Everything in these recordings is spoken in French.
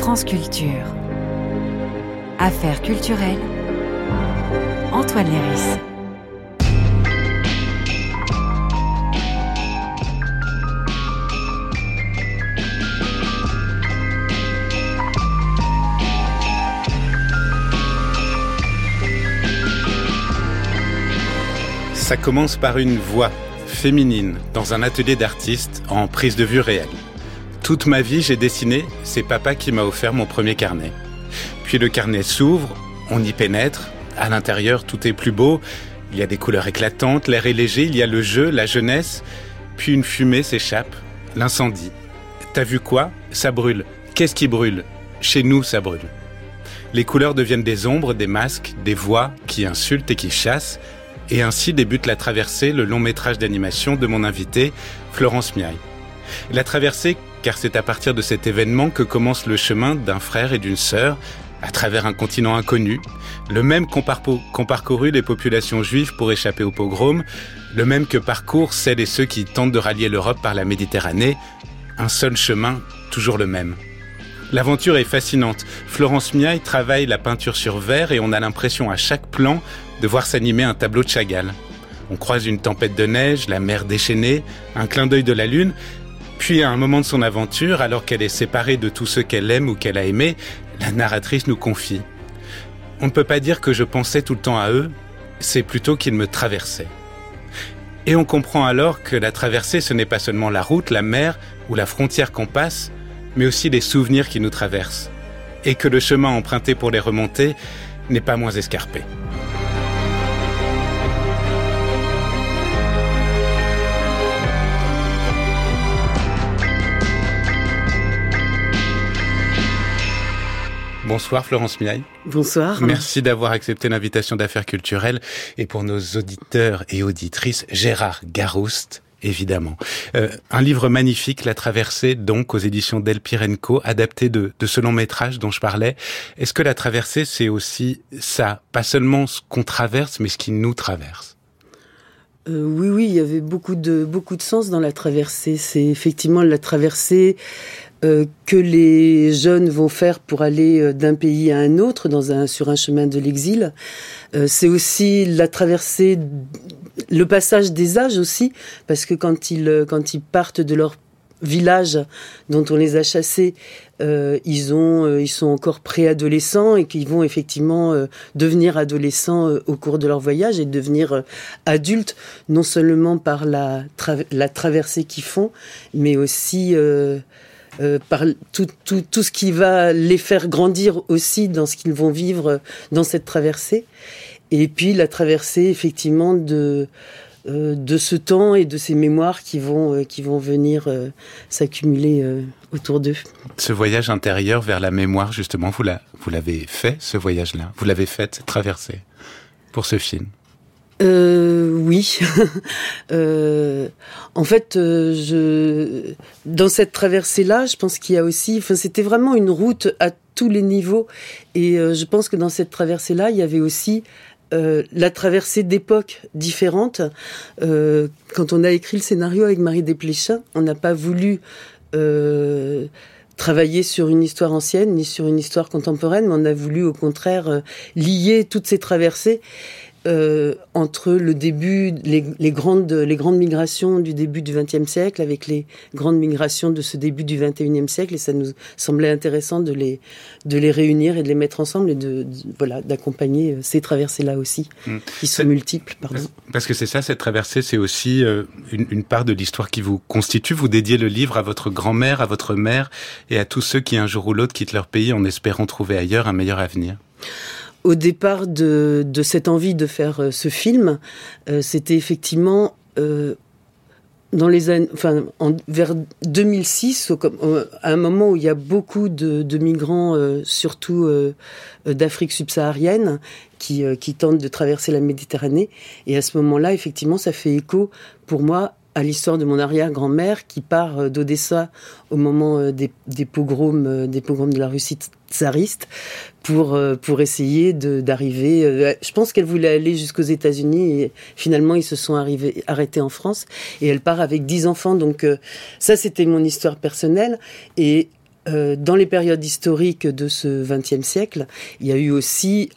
France Culture. Affaires culturelles. Antoine Léris. Ça commence par une voix féminine dans un atelier d'artiste en prise de vue réelle. Toute ma vie, j'ai dessiné, c'est papa qui m'a offert mon premier carnet. Puis le carnet s'ouvre, on y pénètre, à l'intérieur tout est plus beau, il y a des couleurs éclatantes, l'air est léger, il y a le jeu, la jeunesse, puis une fumée s'échappe, l'incendie. T'as vu quoi ? Ça brûle. Qu'est-ce qui brûle ? Chez nous, ça brûle. Les couleurs deviennent des ombres, des masques, des voix qui insultent et qui chassent. Et ainsi débute La Traversée, le long métrage d'animation de mon invitée, Florence Miaille. La Traversée, car c'est à partir de cet événement que commence le chemin d'un frère et d'une sœur, à travers un continent inconnu, le même qu'ont parcouru les populations juives pour échapper au pogrom, le même que parcourent celles et ceux qui tentent de rallier l'Europe par la Méditerranée, un seul chemin, toujours le même. L'aventure est fascinante. Florence Miaille travaille la peinture sur verre et on a l'impression à chaque plan de voir s'animer un tableau de Chagall. On croise une tempête de neige, la mer déchaînée, un clin d'œil de la lune, puis à un moment de son aventure, alors qu'elle est séparée de tous ceux qu'elle aime ou qu'elle a aimés, la narratrice nous confie. On ne peut pas dire que je pensais tout le temps à eux, c'est plutôt qu'ils me traversaient. Et on comprend alors que la traversée, ce n'est pas seulement la route, la mer ou la frontière qu'on passe, mais aussi les souvenirs qui nous traversent. Et que le chemin emprunté pour les remonter n'est pas moins escarpé. Bonsoir Florence Miaille. Bonsoir. Merci d'avoir accepté l'invitation d'Affaires culturelles. Et pour nos auditeurs et auditrices, Gérard Garouste, évidemment. Un livre magnifique, La Traversée, donc aux éditions Del Pirenco, adapté de ce long métrage dont je parlais. Est-ce que La Traversée, c'est aussi ça, pas seulement ce qu'on traverse, mais ce qui nous traverse ? Oui, il y avait beaucoup de sens dans La Traversée. C'est effectivement la traversée que les jeunes vont faire pour aller d'un pays à un autre sur un chemin de l'exil. C'est aussi la traversée, le passage des âges aussi, parce que quand ils partent de leur village dont on les a chassés, ils sont encore préadolescents et qu'ils vont effectivement devenir adolescents au cours de leur voyage et devenir adultes, non seulement par la traversée qu'ils font, mais aussi par tout ce qui va les faire grandir aussi dans ce qu'ils vont vivre dans cette traversée. Et puis la traversée effectivement de ce temps et de ces mémoires qui vont venir s'accumuler autour d'eux. Ce voyage intérieur vers la mémoire, justement, vous l'avez fait, ce voyage-là. Vous l'avez fait, cette traversée, pour ce film. Oui. En fait, dans cette traversée-là, je pense qu'il y a aussi, c'était vraiment une route à tous les niveaux. Et je pense que dans cette traversée-là, il y avait aussi la traversée d'époques différentes. Quand on a écrit le scénario avec Marie Desplechin, on n'a pas voulu travailler sur une histoire ancienne ni sur une histoire contemporaine, mais on a voulu au contraire lier toutes ces traversées entre le début, les grandes migrations du début du XXe siècle avec les grandes migrations de ce début du XXIe siècle, et ça nous semblait intéressant de les réunir et de les mettre ensemble et d'accompagner ces traversées-là aussi, qui sont multiples. Parce que c'est ça, cette traversée, c'est aussi une part de l'histoire qui vous constitue. Vous dédiez le livre à votre grand-mère, à votre mère et à tous ceux qui un jour ou l'autre quittent leur pays en espérant trouver ailleurs un meilleur avenir. Au départ de cette envie de faire ce film, c'était effectivement dans les années, vers 2006, à un moment où il y a beaucoup de migrants, surtout d'Afrique subsaharienne, qui tentent de traverser la Méditerranée. Et à ce moment-là, effectivement, ça fait écho pour moi à l'histoire de mon arrière-grand-mère qui part d'Odessa au moment des pogroms de la Russie tsariste pour essayer d'arriver. Je pense qu'elle voulait aller jusqu'aux États-Unis et finalement ils se sont arrêtés en France et elle part avec 10 enfants. Donc ça c'était mon histoire personnelle et dans les périodes historiques de ce XXe siècle, il y a eu aussi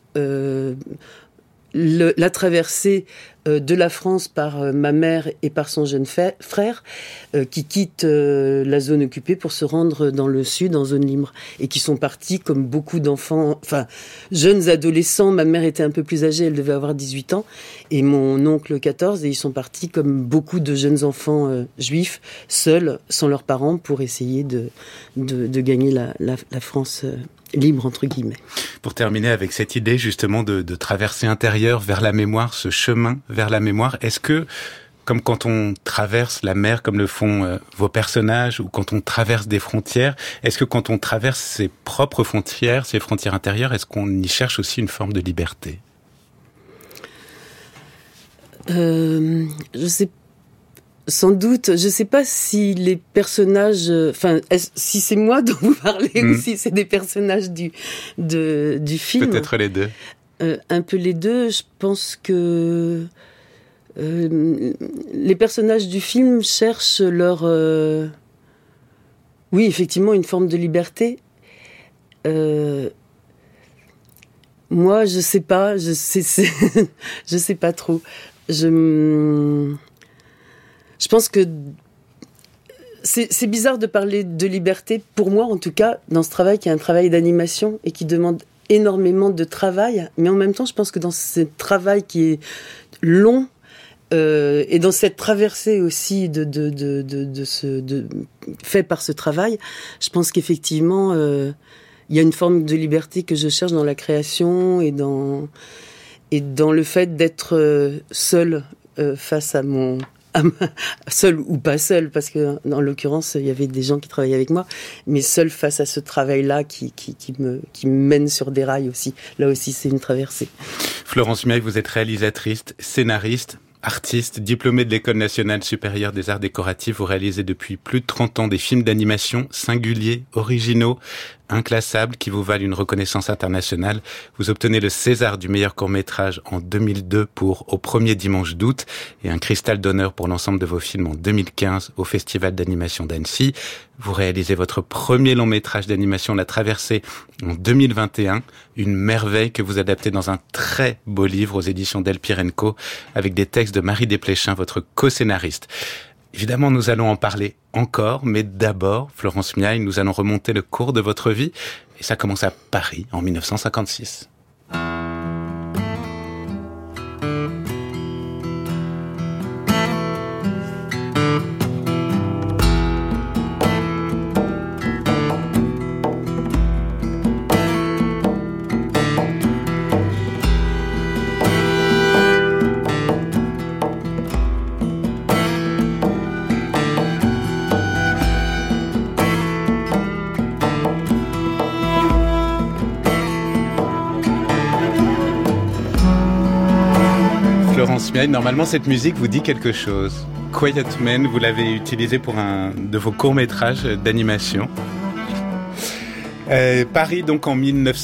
la traversée de la France par ma mère et par son jeune frère qui quittent la zone occupée pour se rendre dans le sud en zone libre et qui sont partis comme beaucoup d'enfants, enfin jeunes adolescents. Ma mère était un peu plus âgée, elle devait avoir 18 ans et mon oncle 14, et ils sont partis comme beaucoup de jeunes enfants juifs, seuls, sans leurs parents, pour essayer de gagner la France libre, entre guillemets. Pour terminer avec cette idée justement de traversée intérieure vers la mémoire, ce chemin vers la mémoire, est-ce que, comme quand on traverse la mer, comme le font vos personnages, ou quand on traverse des frontières, est-ce que quand on traverse ses propres frontières, ses frontières intérieures, est-ce qu'on y cherche aussi une forme de liberté ? Je sais sans doute, je sais pas si les personnages, si c'est moi dont vous parlez ou si c'est des personnages du film. Peut-être les deux. Un peu les deux. Je pense que les personnages du film cherchent leur, oui, effectivement, une forme de liberté. Moi, je sais pas, je sais pas trop. Je pense que c'est bizarre de parler de liberté, pour moi en tout cas, dans ce travail qui est un travail d'animation et qui demande énormément de travail. Mais en même temps, je pense que dans ce travail qui est long et dans cette traversée aussi fait par ce travail, je pense qu'effectivement, il y a une forme de liberté que je cherche dans la création et dans le fait d'être seule face à mon... seul ou pas seul, parce que en l'occurrence il y avait des gens qui travaillaient avec moi, mais seul face à ce travail-là qui me mène sur des rails aussi. Là aussi c'est une traversée. Florence Miaille, vous êtes réalisatrice, scénariste, artiste, diplômée de l'École nationale supérieure des arts décoratifs. Vous réalisez depuis plus de 30 ans des films d'animation singuliers, originaux, inclassables, qui vous valent une reconnaissance internationale. Vous obtenez le César du meilleur court-métrage en 2002 pour Au premier dimanche d'août et un cristal d'honneur pour l'ensemble de vos films en 2015 au Festival d'animation d'Annecy. Vous réalisez votre premier long-métrage d'animation, La Traversée, en 2021. Une merveille que vous adaptez dans un très beau livre aux éditions Del Pirenco avec des textes de Marie Desplechin, votre co-scénariste. Évidemment, nous allons en parler encore, mais d'abord, Florence Miaille, nous allons remonter le cours de votre vie. Et ça commence à Paris, en 1956. Florence Miaille, normalement cette musique vous dit quelque chose. Quiet Man, vous l'avez utilisé pour un de vos courts-métrages d'animation. Paris donc en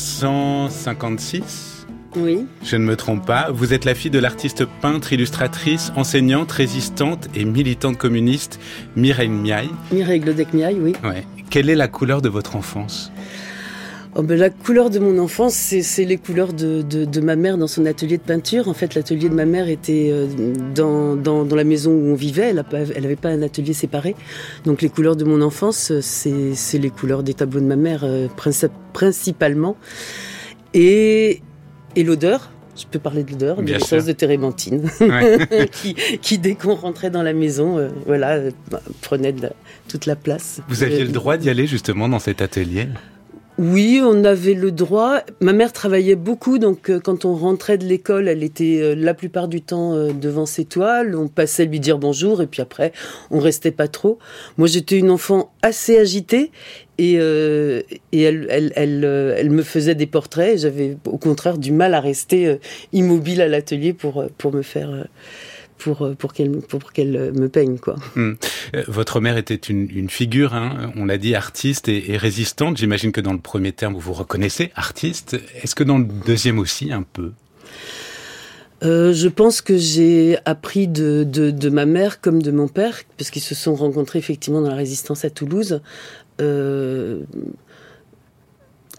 1956. Oui. Je ne me trompe pas. Vous êtes la fille de l'artiste peintre, illustratrice, enseignante, résistante et militante communiste Mireille Miaille. Mireille Glodec-Miaille, oui. Ouais. Quelle est la couleur de votre enfance ? La couleur de mon enfance, c'est les couleurs de ma mère dans son atelier de peinture. En fait, l'atelier de ma mère était dans la maison où on vivait. Elle avait pas un atelier séparé. Donc les couleurs de mon enfance, c'est les couleurs des tableaux de ma mère principalement. Et l'odeur. Je peux parler de l'odeur, de l'essence de térébenthine, ouais. qui dès qu'on rentrait dans la maison, prenait toute la place. Vous aviez le droit d'y aller justement dans cet atelier ? Oui, on avait le droit. Ma mère travaillait beaucoup, donc quand on rentrait de l'école, elle était la plupart du temps devant ses toiles. On passait lui dire bonjour et puis après, on restait pas trop. Moi, j'étais une enfant assez agitée et elle me faisait des portraits. J'avais au contraire du mal à rester immobile à l'atelier pour me faire... Pour qu'elle me peigne, quoi. Votre mère était une figure, on l'a dit, artiste et résistante. J'imagine que dans le premier terme, vous vous reconnaissez, artiste. Est-ce que dans le deuxième aussi, un peu ? Je pense que j'ai appris de ma mère comme de mon père, parce qu'ils se sont rencontrés effectivement dans la résistance à Toulouse.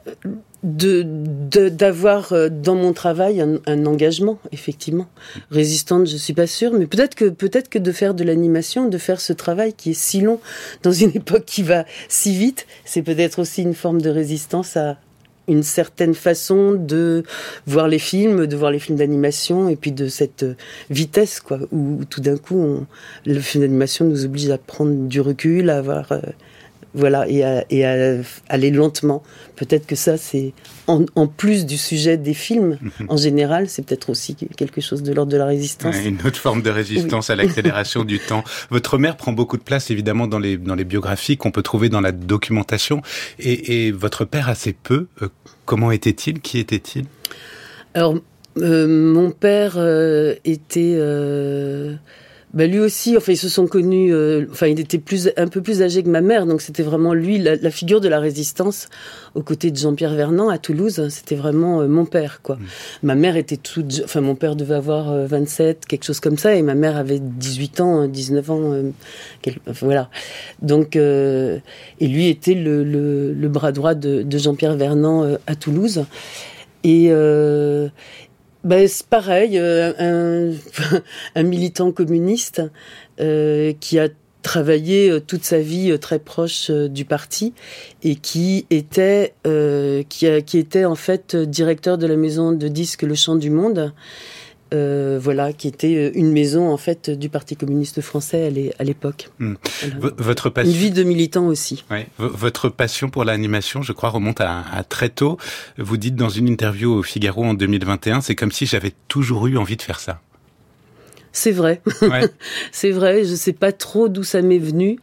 d'avoir dans mon travail un engagement, effectivement. Résistante, je suis pas sûre, mais peut-être que de faire de l'animation, de faire ce travail qui est si long dans une époque qui va si vite, c'est peut-être aussi une forme de résistance à une certaine façon de voir les films d'animation, et puis de cette vitesse, quoi, où tout d'un coup, le film d'animation nous oblige à prendre du recul, à avoir... Voilà, et à aller lentement. Peut-être que ça, c'est en plus du sujet des films, en général, c'est peut-être aussi quelque chose de l'ordre de la résistance. Ouais, une autre forme de résistance à l'accélération du temps. Votre mère prend beaucoup de place, évidemment, dans les biographies qu'on peut trouver dans la documentation. Et votre père, assez peu. Comment était-il ? Qui était-il ? Alors, mon père était... lui aussi, enfin, ils se sont connus, il était un peu plus âgé que ma mère, donc c'était vraiment lui, la figure de la résistance, aux côtés de Jean-Pierre Vernant, à Toulouse, c'était vraiment mon père, quoi. Ma mère était mon père devait avoir 27, quelque chose comme ça, et ma mère avait 18 ans, 19 ans, voilà. Donc, et lui était le bras droit de Jean-Pierre Vernant à Toulouse. Et, c'est pareil, un militant communiste qui a travaillé toute sa vie très proche du parti et qui était en fait directeur de la maison de disques Le Chant du Monde, qui était une maison en fait du Parti communiste français à l'époque. Voilà. Votre passion... Une vie de militant aussi. Ouais. Votre passion pour l'animation, je crois, remonte à très tôt. Vous dites dans une interview au Figaro en 2021, c'est comme si j'avais toujours eu envie de faire ça. C'est vrai. Ouais. C'est vrai, je sais pas trop d'où ça m'est venu.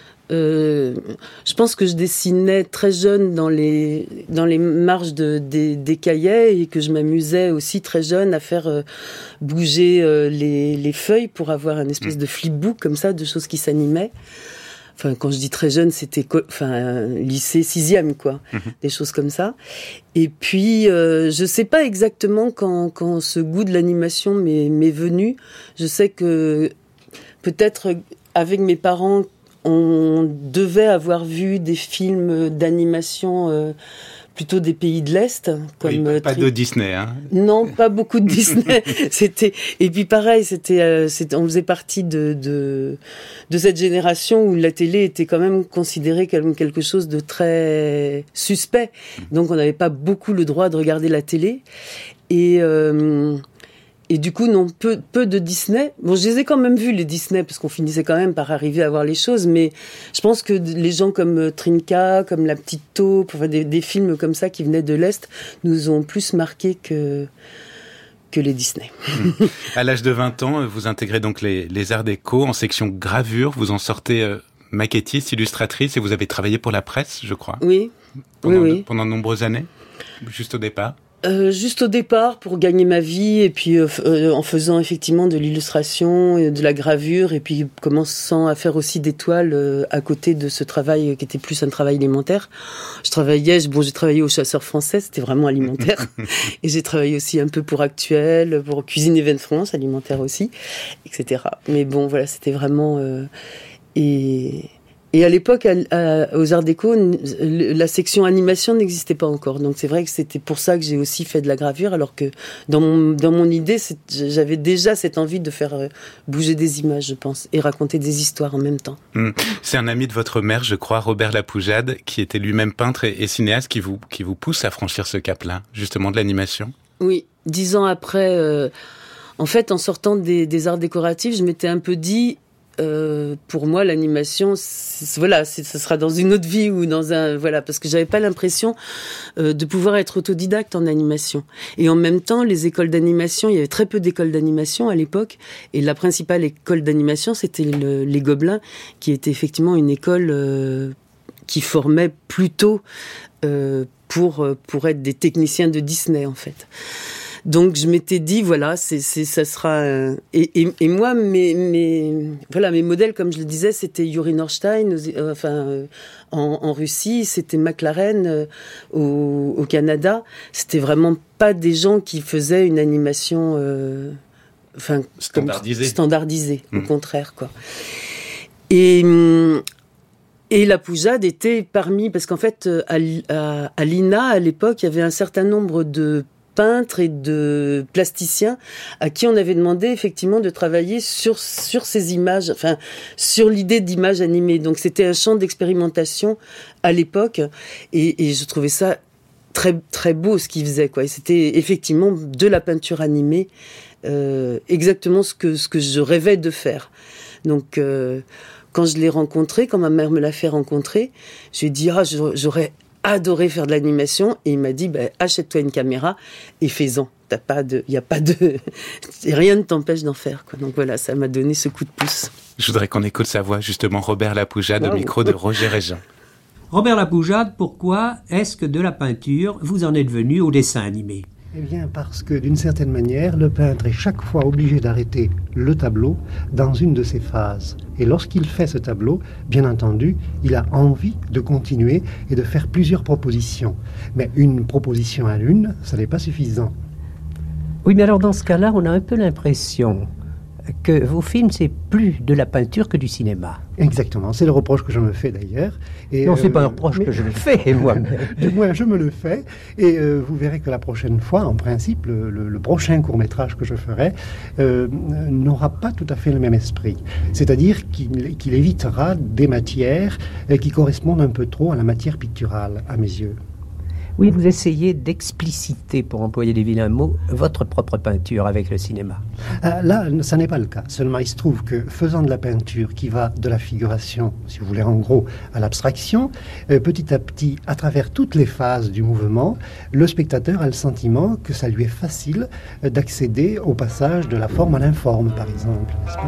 Je pense que je dessinais très jeune dans les marges des cahiers, et que je m'amusais aussi très jeune à faire bouger les feuilles pour avoir un espèce de flipbook comme ça, de choses qui s'animaient. Enfin, quand je dis très jeune, c'était lycée 6e, quoi. Des choses comme ça. Et puis, je sais pas exactement quand ce goût de l'animation m'est venu. Je sais que peut-être avec mes parents, on devait avoir vu des films d'animation plutôt des pays de l'Est, comme pas de Disney, hein. Non, pas beaucoup de Disney. Et puis pareil, on faisait partie de cette génération où la télé était quand même considérée comme quelque chose de très suspect. Donc on n'avait pas beaucoup le droit de regarder la télé. Et du coup, non, peu de Disney. Bon, je les ai quand même vus, les Disney, parce qu'on finissait quand même par arriver à voir les choses, mais je pense que les gens comme Trinka, comme La Petite Taupe, des films comme ça qui venaient de l'Est, nous ont plus marqués que les Disney. À l'âge de 20 ans, vous intégrez donc les Arts Déco en section gravure. Vous en sortez maquettiste, illustratrice, et vous avez travaillé pour la presse, je crois. Oui. Pendant de nombreuses années, juste au départ. Juste au départ, pour gagner ma vie, et puis en faisant effectivement de l'illustration et de la gravure, et puis commençant à faire aussi des toiles à côté de ce travail qui était plus un travail alimentaire. J'ai travaillé au Chasseur Français, c'était vraiment alimentaire, et j'ai travaillé aussi un peu pour Actuel, pour Cuisine Event France, alimentaire aussi, etc. Mais bon, voilà, c'était vraiment... Et à l'époque, aux Arts Déco, la section animation n'existait pas encore. Donc c'est vrai que c'était pour ça que j'ai aussi fait de la gravure, alors que dans mon idée, j'avais déjà cette envie de faire bouger des images, je pense, et raconter des histoires en même temps. C'est un ami de votre mère, je crois, Robert Lapoujade, qui était lui-même peintre et cinéaste, qui vous pousse à franchir ce cap-là, justement de l'animation. Oui. 10 ans après, en fait, en sortant des arts décoratifs, je m'étais un peu dit... pour moi, l'animation, ça sera dans une autre vie ou parce que j'avais pas l'impression de pouvoir être autodidacte en animation. Et en même temps, les écoles d'animation, il y avait très peu d'écoles d'animation à l'époque, et la principale école d'animation, c'était les Gobelins, qui était effectivement une école qui formait plutôt pour être des techniciens de Disney, en fait. Donc je m'étais dit ça sera et moi mes modèles, comme je le disais, c'était Yuri Norstein en Russie, c'était McLaren au Canada. C'était vraiment pas des gens qui faisaient une animation standardisée au contraire, quoi. Et Et la Poujade était parmi, parce qu'en fait, à l'INA, à l'époque, il y avait un certain nombre de peintres et de plasticiens à qui on avait demandé effectivement de travailler sur ces images, enfin sur l'idée d'images animées. Donc c'était un champ d'expérimentation à l'époque, et je trouvais ça très très beau ce qu'ils faisaient, quoi. Et c'était effectivement de la peinture animée, exactement ce que je rêvais de faire. Donc quand je l'ai rencontré, quand ma mère me l'a fait rencontrer, je lui ai dit j'aurais adoré faire de l'animation, et il m'a dit achète-toi une caméra et fais-en. Rien ne t'empêche d'en faire, quoi. Donc voilà, ça m'a donné ce coup de pouce. Je voudrais qu'on écoute sa voix, justement, Robert Lapoujade, au micro de Roger Régent. Robert Lapoujade, pourquoi est-ce que de la peinture, vous en êtes venu au dessin animé ? Eh bien, parce que d'une certaine manière, le peintre est chaque fois obligé d'arrêter le tableau dans une de ses phases. Et lorsqu'il fait ce tableau, bien entendu, il a envie de continuer et de faire plusieurs propositions. Mais une proposition à l'une, ça n'est pas suffisant. Oui, mais alors dans ce cas-là, on a un peu l'impression que vos films, c'est plus de la peinture que du cinéma. Exactement, c'est le reproche que je me fais d'ailleurs. Et non, c'est pas un reproche que je me fais, moi-même. Du moins, je me le fais, et vous verrez que la prochaine fois, en principe, le prochain court-métrage que je ferai n'aura pas tout à fait le même esprit. C'est-à-dire qu'il évitera des matières qui correspondent un peu trop à la matière picturale, à mes yeux. Oui, vous essayez d'expliciter, pour employer des vilains mots, votre propre peinture avec le cinéma. Là, ça n'est pas le cas. Seulement, il se trouve que faisant de la peinture qui va de la figuration, si vous voulez, en gros, à l'abstraction, petit à petit, à travers toutes les phases du mouvement, le spectateur a le sentiment que ça lui est facile d'accéder au passage de la forme à l'informe, par exemple, n'est-ce pas ?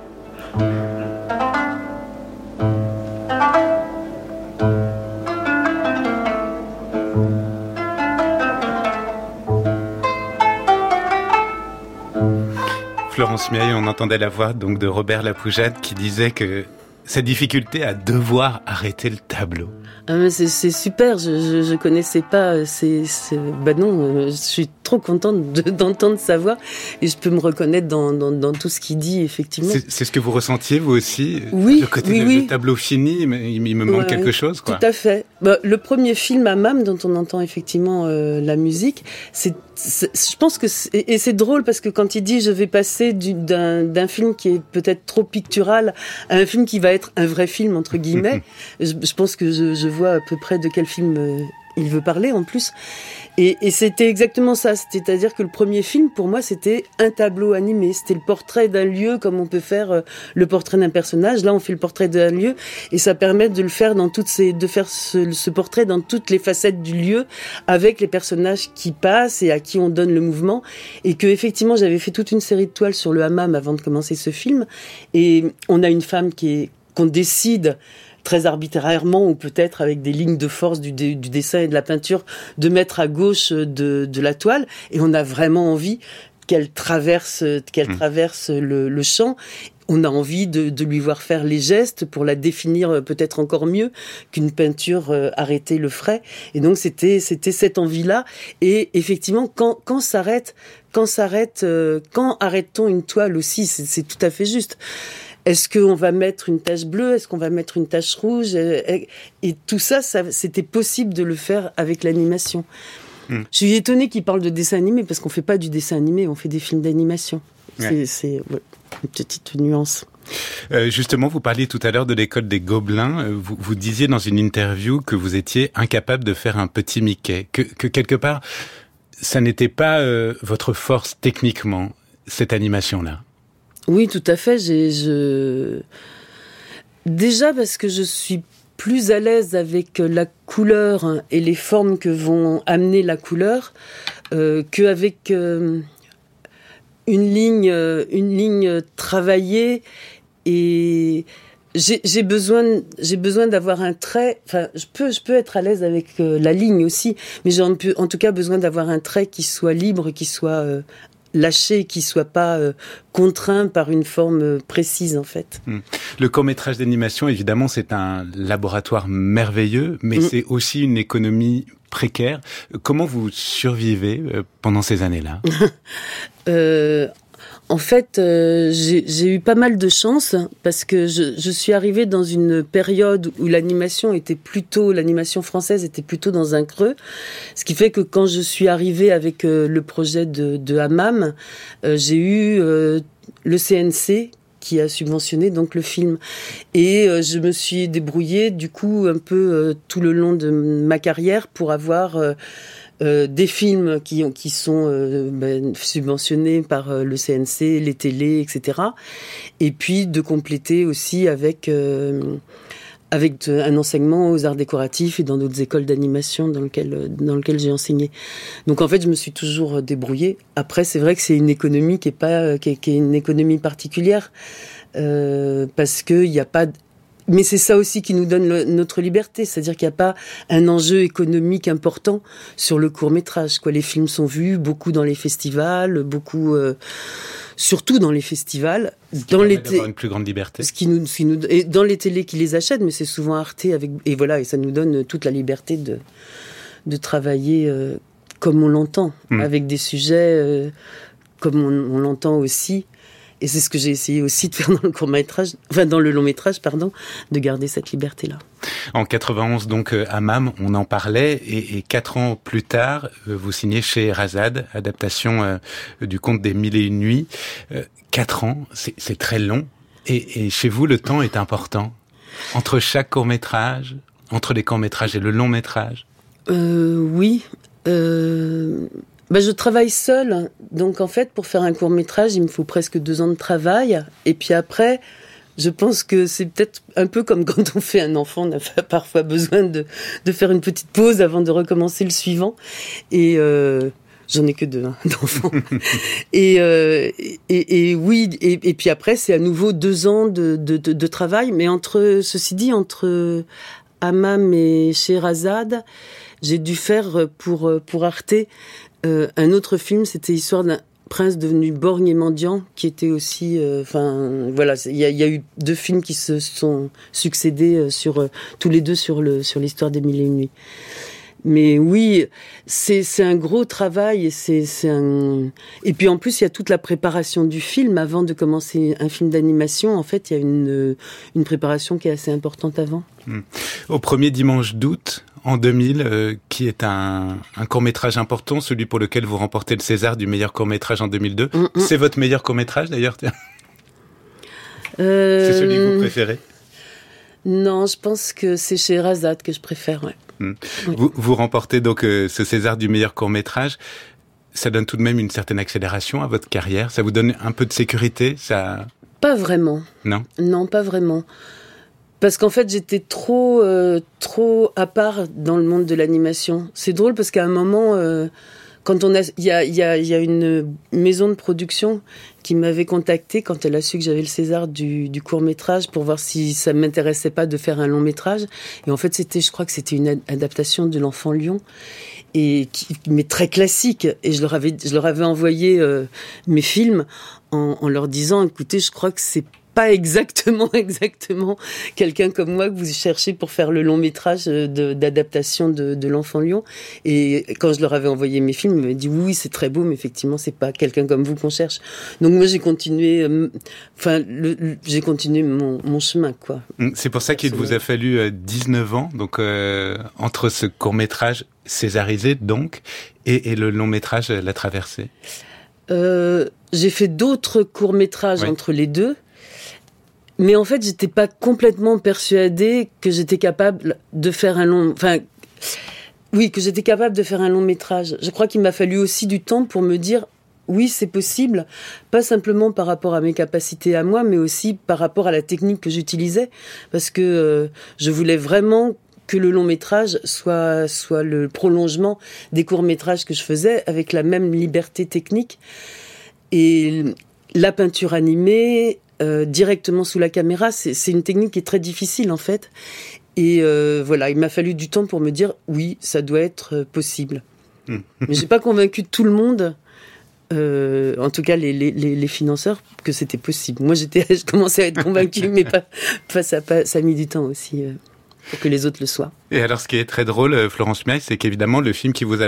Florence Miaille, on entendait la voix donc de Robert Lapoujade qui disait que sa difficulté à devoir arrêter le tableau. Ah mais c'est super, je connaissais pas, non, je suis trop contente d'entendre sa voix, et je peux me reconnaître dans tout ce qu'il dit, effectivement. C'est ce que vous ressentiez, vous aussi? Oui, le côté oui. Le tableau fini, mais il me manque quelque chose, quoi. Tout à fait. Le premier film Hammam, dont on entend effectivement la musique, je pense que c'est drôle, parce que quand il dit je vais passer d'un film qui est peut-être trop pictural à un film qui va être un vrai film, entre guillemets, je pense que je vois à peu près de quel film il veut parler en plus. Et c'était exactement ça. C'est-à-dire que le premier film, pour moi, c'était un tableau animé. C'était le portrait d'un lieu, comme on peut faire le portrait d'un personnage. Là, on fait le portrait d'un lieu, et ça permet de le faire de faire ce portrait dans toutes les facettes du lieu, avec les personnages qui passent et à qui on donne le mouvement. Et que, effectivement, j'avais fait toute une série de toiles sur le hammam avant de commencer ce film. Et on a une femme qu'on décide très arbitrairement, ou peut-être avec des lignes de force du dessin et de la peinture, de mettre à gauche de la toile, et on a vraiment envie qu'elle traverse le champ. On a envie de lui voir faire les gestes pour la définir peut-être encore mieux qu'une peinture arrêtée le ferait. Et donc c'était cette envie-là. Et effectivement, quand arrête-t-on une toile aussi, c'est tout à fait juste. Est-ce qu'on va mettre une tache bleue? Est-ce qu'on va mettre une tache rouge? Et tout ça, c'était possible de le faire avec l'animation. Je suis étonnée qu'il parle de dessin animé, parce qu'on fait pas du dessin animé, on fait des films d'animation. Ouais. C'est une petite nuance. Justement, vous parliez tout à l'heure de l'école des Gobelins. Vous disiez dans une interview que vous étiez incapable de faire un petit Mickey. Que quelque part, ça n'était pas votre force techniquement, cette animation-là. Oui, tout à fait. Déjà parce que je suis plus à l'aise avec la couleur et les formes que vont amener la couleur qu'avec une ligne travaillée. Et j'ai besoin d'avoir un trait. Enfin, je peux être à l'aise avec la ligne aussi, mais j'ai en tout cas besoin d'avoir un trait qui soit libre, qui soit lâché, qui soit pas contraint par une forme précise, en fait. Le court-métrage d'animation, évidemment, c'est un laboratoire merveilleux, mais c'est aussi une économie précaire. Comment vous survivez pendant ces années-là? En fait, j'ai eu pas mal de chance parce que je suis arrivée dans une période où l'animation française était plutôt dans un creux. Ce qui fait que quand je suis arrivée avec le projet de Hammam, j'ai eu le CNC qui a subventionné donc le film. Et je me suis débrouillée du coup un peu tout le long de ma carrière pour avoir des films qui sont subventionnés par le CNC, les télés, etc. Et puis de compléter aussi avec un enseignement aux arts décoratifs et dans d'autres écoles d'animation dans lequel j'ai enseigné. Donc en fait, je me suis toujours débrouillée. Après, c'est vrai que c'est une économie qui est une économie particulière parce que il y a pas. Mais c'est ça aussi qui nous donne notre liberté, c'est-à-dire qu'il n'y a pas un enjeu économique important sur le court-métrage. Les films sont vus beaucoup dans les festivals, surtout dans les festivals. Dans les d'avoir une plus grande liberté. Et dans les télés qui les achètent, mais c'est souvent Arte et ça nous donne toute la liberté de travailler comme on l'entend, avec des sujets comme on l'entend aussi. Et c'est ce que j'ai essayé aussi de faire dans le long métrage, de garder cette liberté-là. En 91, donc, Hammam, on en parlait, et 4 ans plus tard, vous signez chez Sherazade, adaptation du conte des 1001 nuits. 4 ans, c'est très long, et chez vous, le temps est important. Entre chaque court-métrage, entre les courts-métrages et le long-métrage. Oui. Je travaille seule, donc en fait, pour faire un court-métrage, il me faut presque 2 ans de travail. Et puis après, je pense que c'est peut-être un peu comme quand on fait un enfant, on a parfois besoin de faire une petite pause avant de recommencer le suivant. Et j'en ai que 2 d'enfants. Et oui, et puis après, c'est à nouveau 2 ans de travail. Mais entre Hammam et Sherazade, j'ai dû faire pour Arte un autre film, c'était l'histoire d'un prince devenu borgne et mendiant, qui était aussi... il y a eu 2 films qui se sont succédés tous les deux sur l'histoire des 1001 nuits. Mais oui, c'est un gros travail et puis en plus il y a toute la préparation du film avant de commencer un film d'animation. En fait, il y a une préparation qui est assez importante avant. Au premier dimanche d'août en 2000, qui est un court-métrage important, celui pour lequel vous remportez le César du meilleur court-métrage en 2002. C'est votre meilleur court-métrage d'ailleurs. C'est celui que vous préférez? Non, je pense que c'est Sherazade que je préfère, ouais. Oui. Vous remportez donc ce César du meilleur court-métrage. Ça donne tout de même une certaine accélération à votre carrière? Ça vous donne un peu de sécurité? Pas vraiment. Non? Non, pas vraiment. Parce qu'en fait, j'étais trop à part dans le monde de l'animation. C'est drôle parce qu'à un moment, il y a une maison de production qui m'avait contactée quand elle a su que j'avais le César du court-métrage pour voir si ça m'intéressait pas de faire un long-métrage. Et en fait, je crois que c'était une adaptation de L'Enfant Lion, mais très classique. Et je leur avais envoyé mes films en leur disant, écoutez, je crois que c'est pas exactement quelqu'un comme moi que vous cherchez pour faire le long métrage d'adaptation de L'Enfant Lion. Et quand je leur avais envoyé mes films, ils m'avaient dit oui, c'est très beau, mais effectivement, c'est pas quelqu'un comme vous qu'on cherche. Donc moi, j'ai continué, mon chemin, quoi. C'est pour ça qu'il vous a fallu 19 ans, donc entre ce court métrage césarisé, donc, et le long métrage La Traversée. J'ai fait d'autres courts métrages entre les deux. Mais en fait, j'étais pas complètement persuadée que j'étais capable de faire un long... que j'étais capable de faire un long métrage. Je crois qu'il m'a fallu aussi du temps pour me dire, oui, c'est possible, pas simplement par rapport à mes capacités à moi, mais aussi par rapport à la technique que j'utilisais, parce que je voulais vraiment que le long métrage soit le prolongement des courts métrages que je faisais, avec la même liberté technique. Et la peinture animée... directement sous la caméra, c'est une technique qui est très difficile en fait. Et il m'a fallu du temps pour me dire oui, ça doit être possible. Mais j'ai pas convaincu tout le monde, en tout cas les financeurs, que c'était possible. Moi, je commençais à être convaincue, mais ça a mis du temps aussi pour que les autres le soient. Et alors, ce qui est très drôle, Florence Miaille, c'est qu'évidemment, le film qui vous a le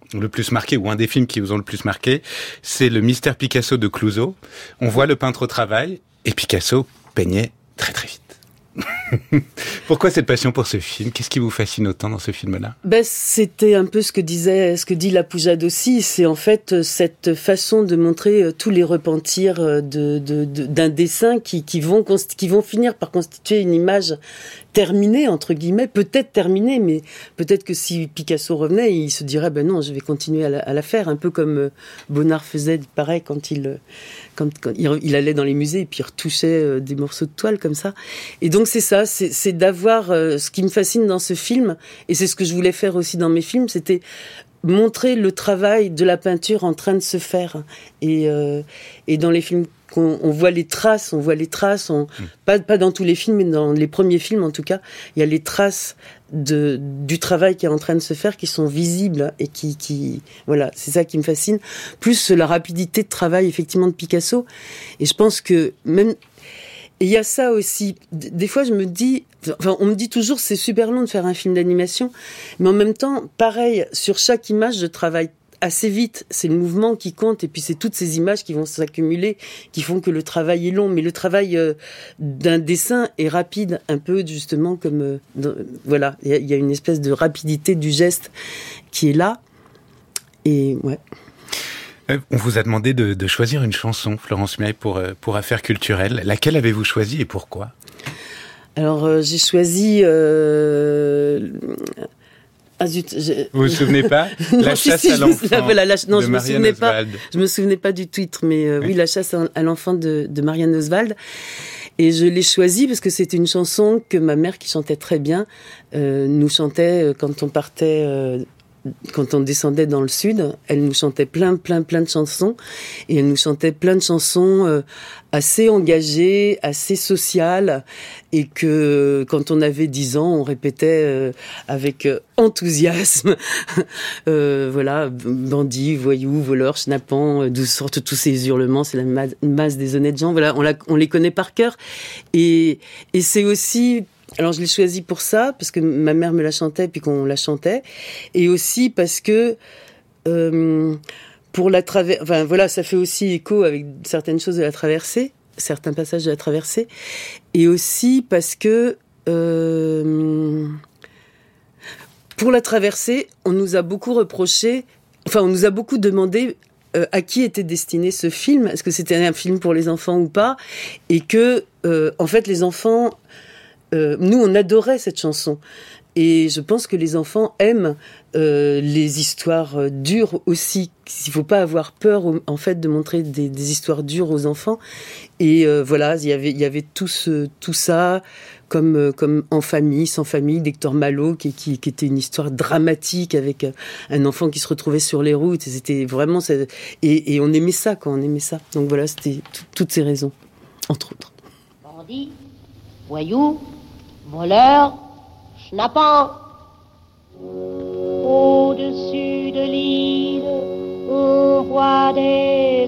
le plus marqué, ou un des films qui vous ont le plus marqué, c'est Le Mystère Picasso de Clouzot. On voit le peintre au travail, et Picasso peignait très très vite. Pourquoi cette passion pour ce film? Qu'est-ce qui vous fascine autant dans ce film-là? C'était un peu ce que dit La Poujade aussi. C'est en fait cette façon de montrer tous les repentirs d'un dessin qui vont finir par constituer une image terminée, entre guillemets, peut-être terminée, mais peut-être que si Picasso revenait, il se dirait non, je vais continuer à la faire, un peu comme Bonnard faisait, pareil, quand il allait dans les musées et puis il retouchait des morceaux de toile comme ça. Et donc c'est ça, c'est d'avoir ce qui me fascine dans ce film, et c'est ce que je voulais faire aussi dans mes films, c'était montrer le travail de la peinture en train de se faire. Et dans les films on voit les traces, pas dans tous les films, mais dans les premiers films en tout cas, il y a les traces du travail qui est en train de se faire, qui sont visibles et qui voilà, c'est ça qui me fascine. Plus la rapidité de travail effectivement de Picasso. Et je pense que même il y a ça aussi. Des fois, je me dis, on me dit toujours c'est super long de faire un film d'animation, mais en même temps, pareil, sur chaque image, je travaille assez vite, c'est le mouvement qui compte, et puis c'est toutes ces images qui vont s'accumuler, qui font que le travail est long, mais le travail d'un dessin est rapide, un peu justement comme... voilà, il y a une espèce de rapidité du geste qui est là, et ouais. On vous a demandé de choisir une chanson, Florence Miaille, pour Affaires culturelles. Laquelle avez-vous choisi et pourquoi? Alors, j'ai choisi... Ah zut, vous vous souvenez pas? La chasse à l'enfant non, de Marianne Oswald. Je me souvenais pas du titre, mais oui, La chasse à l'enfant de Marianne Oswald. Et je l'ai choisie parce que c'était une chanson que ma mère, qui chantait très bien, nous chantait quand on partait... quand on descendait dans le sud, elle nous chantait plein de chansons, et elle nous chantait plein de chansons assez engagées, assez sociales, et que quand on avait 10 ans, on répétait avec enthousiasme. Voilà, bandits, voyous, voleurs, schnappants, d'où sortent tous ces hurlements, c'est la masse des honnêtes gens. Voilà, on les connaît par cœur, et c'est aussi... Alors je l'ai choisi pour ça, parce que ma mère me la chantait, puis qu'on la chantait, et aussi parce que ça fait aussi écho avec certaines choses de la traversée, certains passages de la traversée, et aussi parce que pour la traversée, on nous a beaucoup reproché, on nous a beaucoup demandé à qui était destiné ce film, est-ce que c'était un film pour les enfants ou pas, et que en fait les enfants... nous, on adorait cette chanson. Et je pense que les enfants aiment les histoires dures aussi. Il ne faut pas avoir peur, en fait, de montrer des histoires dures aux enfants. Et voilà, il y avait tout ça, comme En famille, sans famille, d'Hector Malot, qui était une histoire dramatique avec un enfant qui se retrouvait sur les routes. Et c'était vraiment... Et on aimait ça, on aimait ça. Donc voilà, c'était toutes ces raisons, entre autres. Bandit, voyou, voleur, schnappant. Au-dessus de l'île, on voit des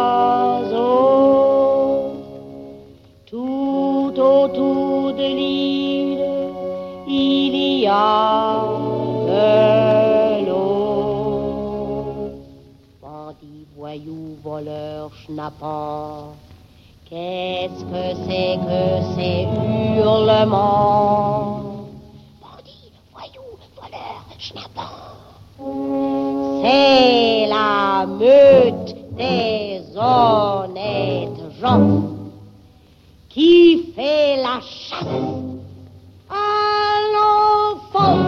oiseaux. Tout autour de l'île, il y a de l'eau. Bandit, voyou, voleur, schnappant. Qu'est-ce que c'est que ces hurlements? Bandits, voyous, voleurs, schnappants. C'est la meute des honnêtes gens qui fait la chasse à l'enfant.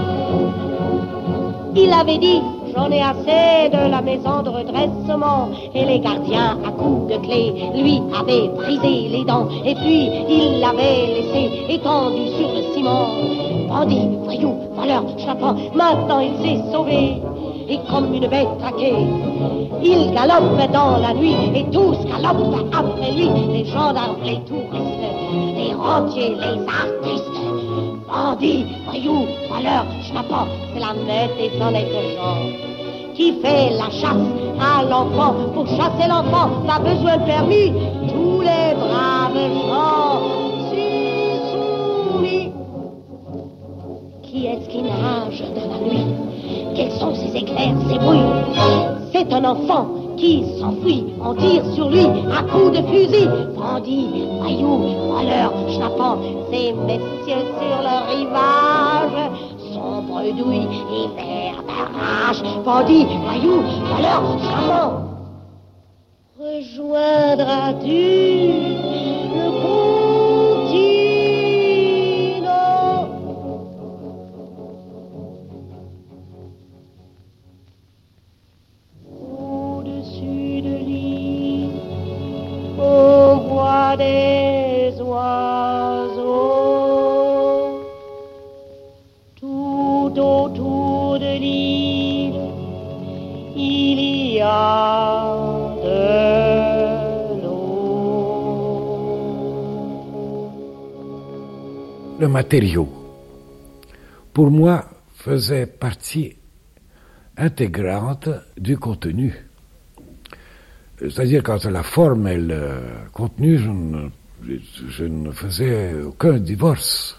Il avait dit: j'en ai assez de la maison de redressement. Et les gardiens, à coups de clé, lui avaient brisé les dents. Et puis, il l'avait laissé étendu sur le ciment. Bandit, voyou, voleur, schnappant, maintenant il s'est sauvé. Et comme une bête traquée, il galope dans la nuit. Et tous galopent après lui. Les gendarmes, les touristes, les rentiers, les artistes. Bandit, voyou, voleur, schnappant, c'est la meute des honnêtes gens qui fait la chasse à l'enfant. Pour chasser l'enfant, pas besoin de permis. Tous les braves gens s'y sont mis. Qui est-ce qui nage dans la nuit? Quels sont ces éclairs, ces bruits c'est un enfant qui s'enfuit. On tire sur lui à coups de fusil. Bandits, voyous, voleurs, schnappants, ces messieurs sur le rivage sont bredouilles et verts d'arrache. Bandits, voyous, voleurs, schnappants. Rejoindras-tu le continent? Au-dessus de l'île, on voit des oiseaux. Tout autour de l'île, il y a le matériau, pour moi, faisait partie intégrante du contenu. C'est-à-dire, quant à la forme et le contenu, je ne faisais aucun divorce.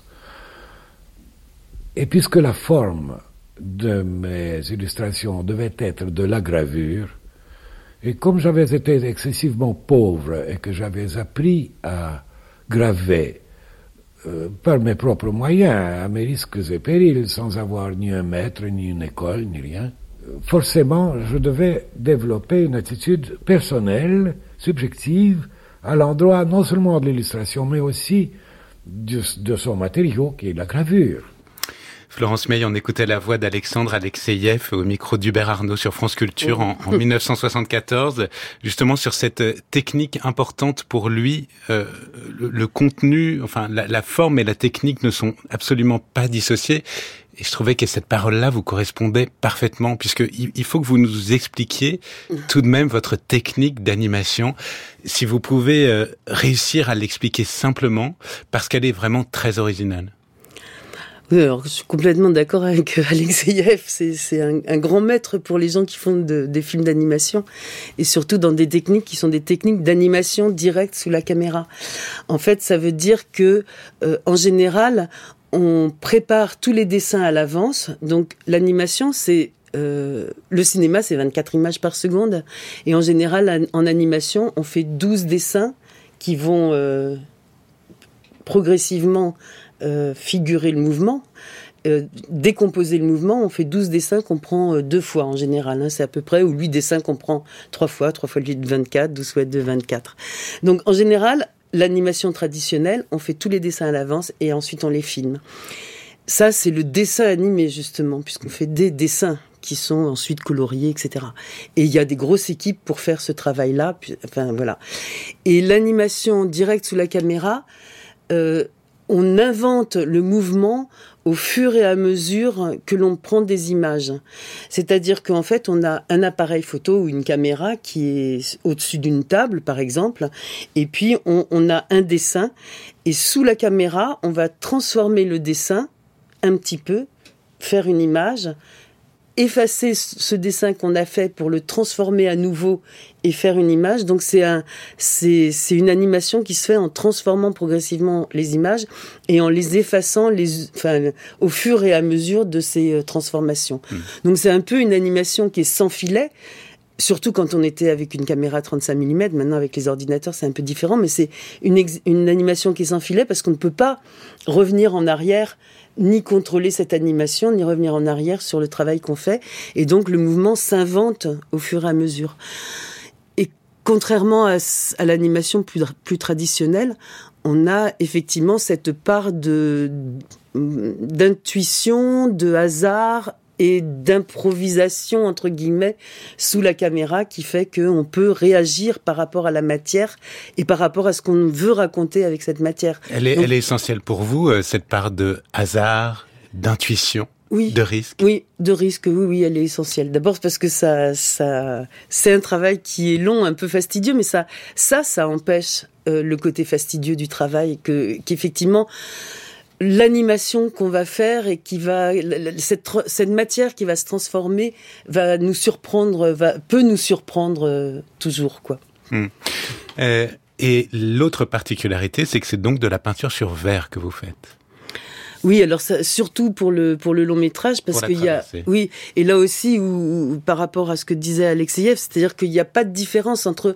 Et puisque la forme de mes illustrations devait être de la gravure, et comme j'avais été excessivement pauvre et que j'avais appris à graver par mes propres moyens, à mes risques et périls, sans avoir ni un maître, ni une école, ni rien, forcément, je devais développer une attitude personnelle, subjective, à l'endroit non seulement de l'illustration, mais aussi de son matériau, qui est la gravure. Florence Meil, on écoutait la voix d'Alexandre Alexeïev au micro d'Hubert Arnaud sur France Culture en 1974, justement sur cette technique importante pour lui. Le contenu, enfin la forme et la technique ne sont absolument pas dissociées. Et je trouvais que cette parole-là vous correspondait parfaitement, puisque il faut que vous nous expliquiez tout de même votre technique d'animation. Si vous pouvez réussir à l'expliquer simplement, parce qu'elle est vraiment très originale. Oui, alors, je suis complètement d'accord avec Alexeïev. C'est un grand maître pour les gens qui font des films d'animation, et surtout dans des techniques qui sont des techniques d'animation directe sous la caméra. En fait, ça veut dire que, en général, on prépare tous les dessins à l'avance. Donc, l'animation, c'est le cinéma, c'est 24 images par seconde, et en général, en animation, on fait 12 dessins qui vont progressivement figurer le mouvement, décomposer le mouvement. On fait 12 dessins qu'on prend 2 fois en général, c'est à peu près, ou 8 dessins qu'on prend 3 fois le 8 de 24, 12 fois 2, 24. Donc en général, l'animation traditionnelle, on fait tous les dessins à l'avance et ensuite on les filme. Ça, c'est le dessin animé justement, puisqu'on fait des dessins qui sont ensuite coloriés, etc. Et il y a des grosses équipes pour faire ce travail-là. Enfin voilà. Et l'animation directe sous la caméra, on invente le mouvement au fur et à mesure que l'on prend des images. C'est-à-dire qu'en fait, on a un appareil photo ou une caméra qui est au-dessus d'une table, par exemple, et puis on a un dessin, et sous la caméra, on va transformer le dessin un petit peu, faire une image, effacer ce dessin qu'on a fait pour le transformer à nouveau et faire une image. Donc c'est une animation qui se fait en transformant progressivement les images et en les effaçant au fur et à mesure de ces transformations. Donc c'est un peu une animation qui est sans filet, surtout quand on était avec une caméra 35 mm. Maintenant avec les ordinateurs c'est un peu différent, mais c'est une animation qui est sans filet parce qu'on ne peut pas revenir en arrière, ni contrôler cette animation, ni revenir en arrière sur le travail qu'on fait. Et donc, le mouvement s'invente au fur et à mesure. Et contrairement à l'animation plus traditionnelle, on a effectivement cette part d'intuition, de hasard et d'improvisation, entre guillemets, sous la caméra, qui fait qu'on peut réagir par rapport à la matière et par rapport à ce qu'on veut raconter avec cette matière. Elle est essentielle pour vous, cette part de hasard, d'intuition, oui, de risque? Oui, de risque, oui, elle est essentielle. D'abord parce que ça, c'est un travail qui est long, un peu fastidieux, mais ça empêche le côté fastidieux du travail, qu'effectivement, l'animation qu'on va faire et cette matière qui va se transformer va nous surprendre, peut nous surprendre toujours, quoi. Et l'autre particularité, c'est que c'est donc de la peinture sur verre que vous faites. Oui, alors ça, surtout pour le long métrage, parce qu'il y a, oui, et là aussi où par rapport à ce que disait Alexeïev, c'est-à-dire qu'il n'y a pas de différence entre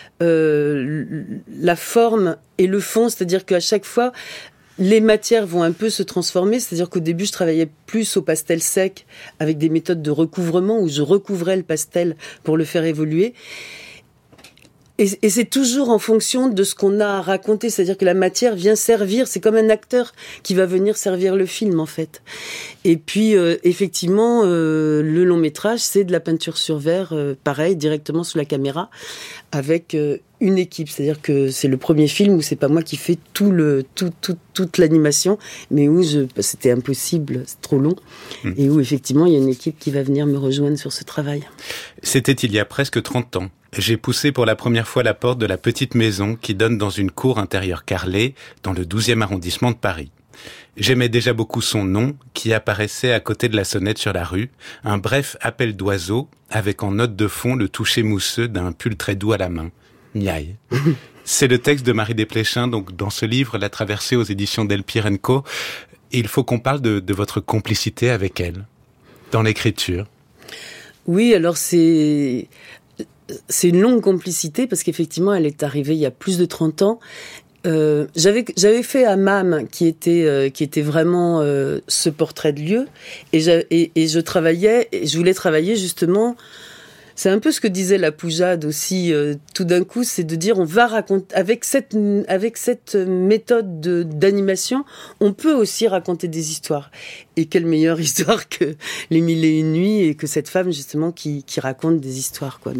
la forme et le fond, c'est-à-dire qu'à chaque fois les matières vont un peu se transformer, c'est-à-dire qu'au début je travaillais plus au pastel sec avec des méthodes de recouvrement où je recouvrais le pastel pour le faire évoluer. Et c'est toujours en fonction de ce qu'on a à raconter, c'est-à-dire que la matière vient servir, c'est comme un acteur qui va venir servir le film en fait. Et puis effectivement, le long métrage, c'est de la peinture sur verre, pareil, directement sous la caméra, avec une équipe, c'est-à-dire que c'est le premier film où c'est pas moi qui fais toute l'animation, mais où c'était impossible, c'est trop long, et où effectivement il y a une équipe qui va venir me rejoindre sur ce travail. C'était il y a presque 30 ans. J'ai poussé pour la première fois la porte de la petite maison qui donne dans une cour intérieure carrelée dans le 12e arrondissement de Paris. J'aimais déjà beaucoup son nom qui apparaissait à côté de la sonnette sur la rue, un bref appel d'oiseau avec en note de fond le toucher mousseux d'un pull très doux à la main. Miaille. C'est le texte de Marie Desplechin, donc dans ce livre, La Traversée aux éditions Delpire & Co. Et il faut qu'on parle de votre complicité avec elle, dans l'écriture. Oui, alors c'est une longue complicité parce qu'effectivement, elle est arrivée il y a plus de 30 ans. J'avais fait Hammam qui était vraiment ce portrait de lieu et je voulais travailler justement. C'est un peu ce que disait la Poujade aussi. Tout d'un coup, c'est de dire on va raconter avec cette méthode d'animation, on peut aussi raconter des histoires. Et quelle meilleure histoire que Les Mille et Une Nuits et que cette femme justement qui raconte des histoires, quoi.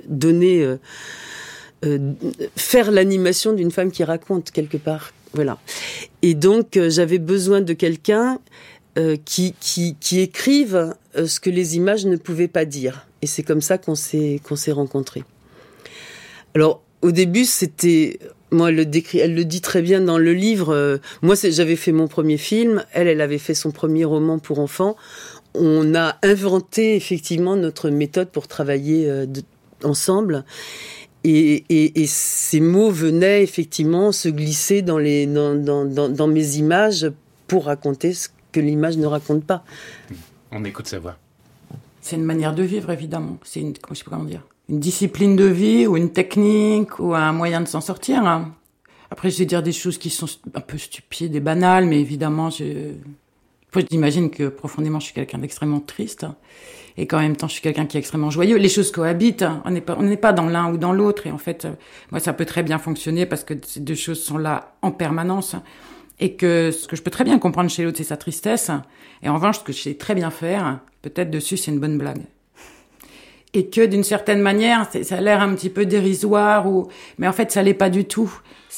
Faire l'animation d'une femme qui raconte quelque part, voilà. Et donc j'avais besoin de quelqu'un qui écrive ce que les images ne pouvaient pas dire. Et c'est comme ça qu'on s'est rencontrés. Alors, au début, c'était... Moi, elle le dit très bien dans le livre. Moi, j'avais fait mon premier film. Elle avait fait son premier roman pour enfants. On a inventé, effectivement, notre méthode pour travailler ensemble. Et ces mots venaient, effectivement, se glisser dans mes images pour raconter ce que l'image ne raconte pas. On écoute sa voix. C'est une manière de vivre, évidemment. C'est une discipline de vie ou une technique ou un moyen de s'en sortir. Hein. Après, je vais dire des choses qui sont un peu stupides et banales, mais évidemment, j'imagine que profondément, je suis quelqu'un d'extrêmement triste. Et qu'en même temps, je suis quelqu'un qui est extrêmement joyeux. Les choses cohabitent. On n'est pas dans l'un ou dans l'autre. Et en fait, moi, ça peut très bien fonctionner parce que ces deux choses sont là en permanence. Et que ce que je peux très bien comprendre chez l'autre, c'est sa tristesse. Et en revanche, ce que je sais très bien faire, peut-être dessus, c'est une bonne blague. Et que d'une certaine manière, ça a l'air un petit peu dérisoire, mais en fait, ça l'est pas du tout.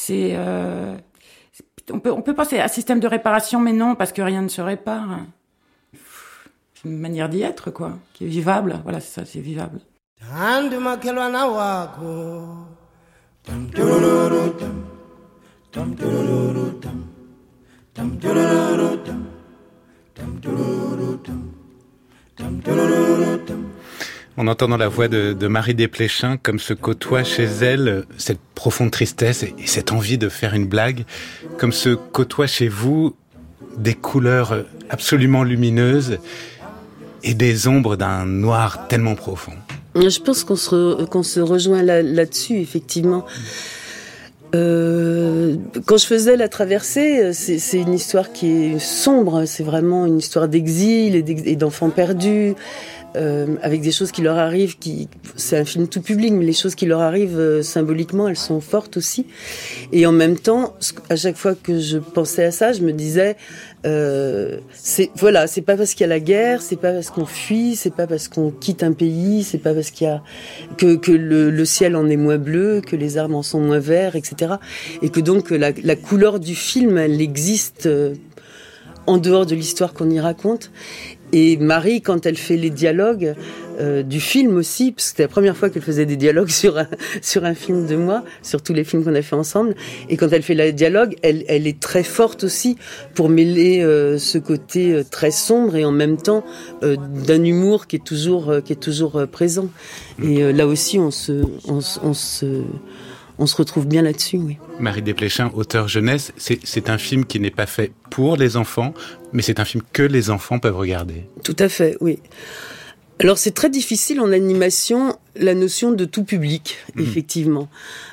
On peut penser à un système de réparation, mais non, parce que rien ne se répare. C'est une manière d'y être, quoi, qui est vivable. Voilà, c'est ça, c'est vivable. On entend dans la voix de Marie Desplechin comme se côtoie chez elle cette profonde tristesse et cette envie de faire une blague, comme se côtoie chez vous des couleurs absolument lumineuses et des ombres d'un noir tellement profond. Je pense qu'on se rejoint là-dessus, effectivement. Quand je faisais La Traversée, c'est une histoire qui est sombre, c'est vraiment une histoire d'exil et d'enfants perdus, avec des choses qui leur arrivent, c'est un film tout public, mais les choses qui leur arrivent symboliquement, elles sont fortes aussi. Et en même temps, à chaque fois que je pensais à ça, je me disais, c'est pas parce qu'il y a la guerre, c'est pas parce qu'on fuit, c'est pas parce qu'on quitte un pays, c'est pas parce qu'il y a que le ciel en est moins bleu, que les arbres en sont moins verts, etc. Et que donc la couleur du film, elle existe en dehors de l'histoire qu'on y raconte. Et Marie, quand elle fait les dialogues du film aussi, parce que c'était la première fois qu'elle faisait des dialogues sur un film de moi, sur tous les films qu'on a fait ensemble, et quand elle fait les dialogues, elle est très forte aussi pour mêler ce côté très sombre et en même temps d'un humour qui est toujours présent. Et là aussi, on on se retrouve bien là-dessus, oui. Marie Desplechin, auteure jeunesse, c'est un film qui n'est pas fait pour les enfants, mais c'est un film que les enfants peuvent regarder. Tout à fait, oui. Alors c'est très difficile en animation, la notion de tout public, effectivement.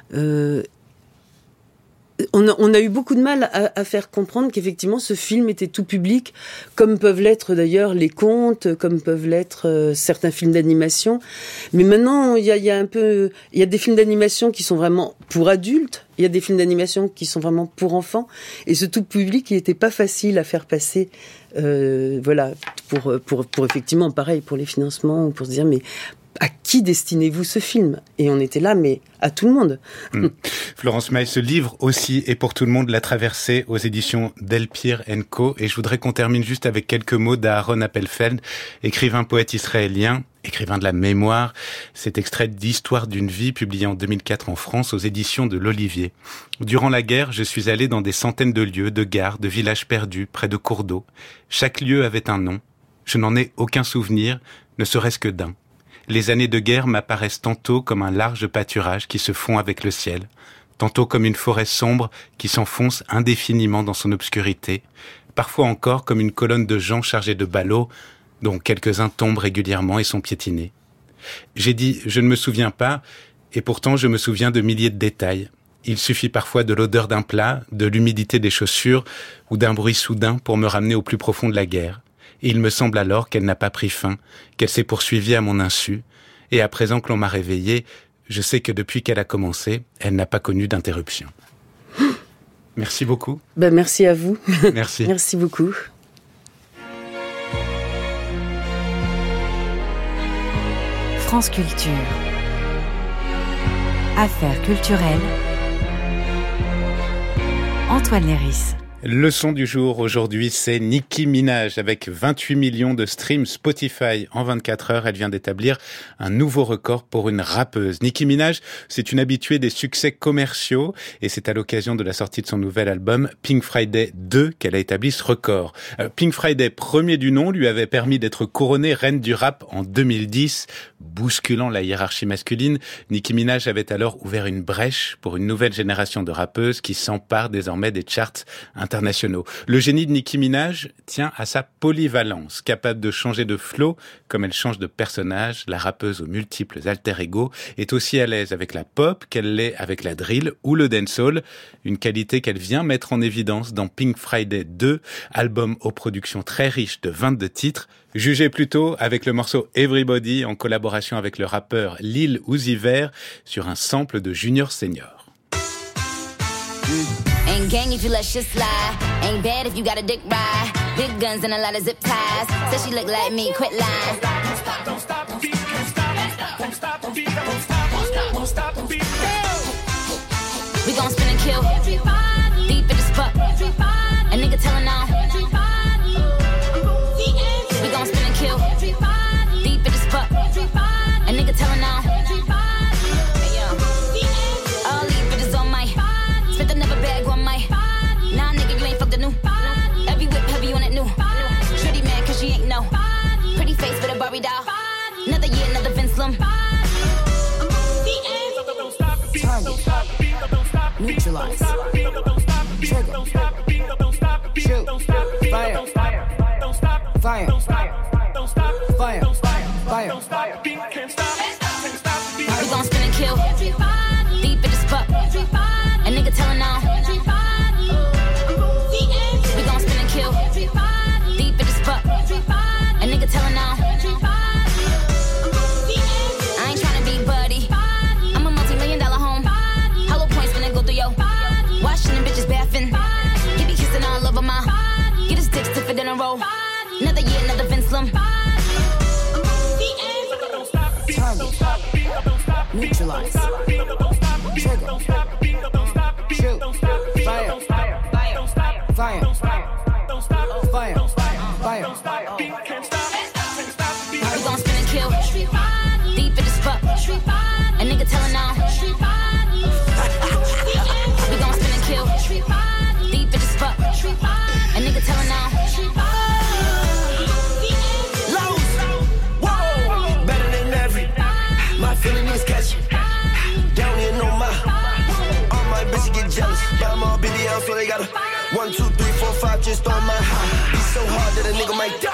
On a eu beaucoup de mal à faire comprendre qu'effectivement ce film était tout public, comme peuvent l'être d'ailleurs les contes, comme peuvent l'être certains films d'animation. Mais maintenant, il y a des films d'animation qui sont vraiment pour adultes, il y a des films d'animation qui sont vraiment pour enfants. Et ce tout public, il n'était pas facile à faire passer, voilà, pour effectivement, pareil, pour les financements, pour se dire, mais à qui destinez-vous ce film ? Et on était là, mais à tout le monde. Florence Maé, ce livre aussi est pour tout le monde, La Traversée, aux éditions Delpire & Co. Et je voudrais qu'on termine juste avec quelques mots d'Aaron Appelfeld, écrivain poète israélien, écrivain de la mémoire. Cet extrait d'Histoire d'une vie, publié en 2004 en France aux éditions de l'Olivier. Durant la guerre, je suis allé dans des centaines de lieux, de gares, de villages perdus, près de cours d'eau. Chaque lieu avait un nom. Je n'en ai aucun souvenir, ne serait-ce que d'un. Les années de guerre m'apparaissent tantôt comme un large pâturage qui se fond avec le ciel, tantôt comme une forêt sombre qui s'enfonce indéfiniment dans son obscurité, parfois encore comme une colonne de gens chargés de ballots, dont quelques-uns tombent régulièrement et sont piétinés. J'ai dit « je ne me souviens pas », et pourtant je me souviens de milliers de détails. Il suffit parfois de l'odeur d'un plat, de l'humidité des chaussures, ou d'un bruit soudain pour me ramener au plus profond de la guerre. Et il me semble alors qu'elle n'a pas pris fin, qu'elle s'est poursuivie à mon insu. Et à présent que l'on m'a réveillé, je sais que depuis qu'elle a commencé, elle n'a pas connu d'interruption. Merci beaucoup. Merci à vous. Merci. Merci beaucoup. France Culture. Affaires culturelles. Antoine Léris. Le son du jour aujourd'hui, c'est Nicki Minaj avec 28 millions de streams Spotify en 24 heures. Elle vient d'établir un nouveau record pour une rappeuse. Nicki Minaj, c'est une habituée des succès commerciaux et c'est à l'occasion de la sortie de son nouvel album Pink Friday 2 qu'elle a établi ce record. Pink Friday, premier du nom, lui avait permis d'être couronnée reine du rap en 2010. Bousculant la hiérarchie masculine, Nicki Minaj avait alors ouvert une brèche pour une nouvelle génération de rappeuses qui s'emparent désormais des charts internationaux. Le génie de Nicki Minaj tient à sa polyvalence, capable de changer de flow comme elle change de personnage. La rappeuse aux multiples alter-ego est aussi à l'aise avec la pop qu'elle l'est avec la drill ou le dancehall, une qualité qu'elle vient mettre en évidence dans Pink Friday 2, album aux productions très riches de 22 titres. Jugez plutôt avec le morceau Everybody en collaboration avec le rappeur Lil Uzi Vert sur un sample de Junior Senior. Ain't gang if you let shit slide. Ain't bad if you got a dick ride. Big guns and a lot of zip ties. Said she look like me, quit lying. Don't stop, don't stop the beat, don't stop, don't stop the beat, don't stop, don't stop the beat. We gon' spin and kill. Deep in the spot. A nigga tellin' now. We gon' spin and kill. Deep in the spot. A nigga tellin' now. All these bitches on my. Spent another bag on my. Nah, nigga, you ain't fucked the new. Every whip heavy on that new. Shitty man, cause she ain't no. Pretty face with a Barbie doll. Another year, another Vince Lum. Target. Neutralize. Trigger. Shoot. Fire. Fire. Fire. Fire. We gon' spin and kill. Deep in the spot. A nigga tellin' now. We gon' spin and kill. Deep in the spot. A nigga tellin' now. I ain't tryna be buddy. I'm a multi-million-dollar home. Hollow points finna go through yo. Washing them bitches bathing. Get me kissing all over my. Get his dick stiffer than a roll. Another year, another Vince Lum. Target. Neutralize. Trigger. Shoot. Fire. Fire. Fire. We gon' spin and kill. Deep in the spot. A nigga tellin' now. We gon' spin and kill. Deep in the spot. A nigga tellin' now. My feeling is catchy. Down in on my 50 ounce, so they got a 1, 2, 3, 4, 5 just on my high. He's so hard that a nigga might die.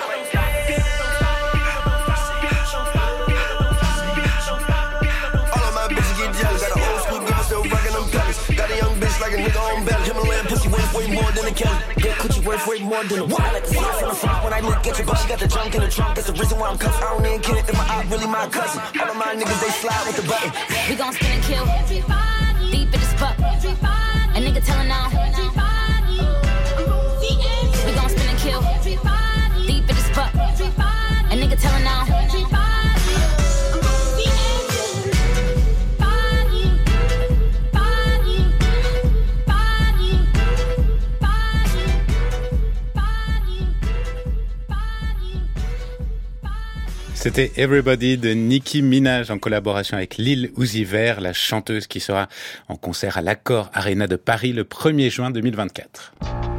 All of my bitches get jealous. Got an old school girl still rockin' them pellets. Got a young bitch like a nigga on belly. Himalayan pussy worth way more than a Kelly. Good coochie worth way more than a wall. I like to see it from the front when I look at you, but she got the junk in the trunk. That's the reason why I'm cuffed. I don't even get it. And my eye really my cousin. All of my niggas they slide with the button. We gon' spin and kill. Deep in the spot. A nigga tellin' now. We gon' spin and kill. Deep in the spot. A nigga tellin' now. C'était Everybody de Nicki Minaj en collaboration avec Lil Uzi Vert, la chanteuse qui sera en concert à l'Accor Arena de Paris le 1er juin 2024.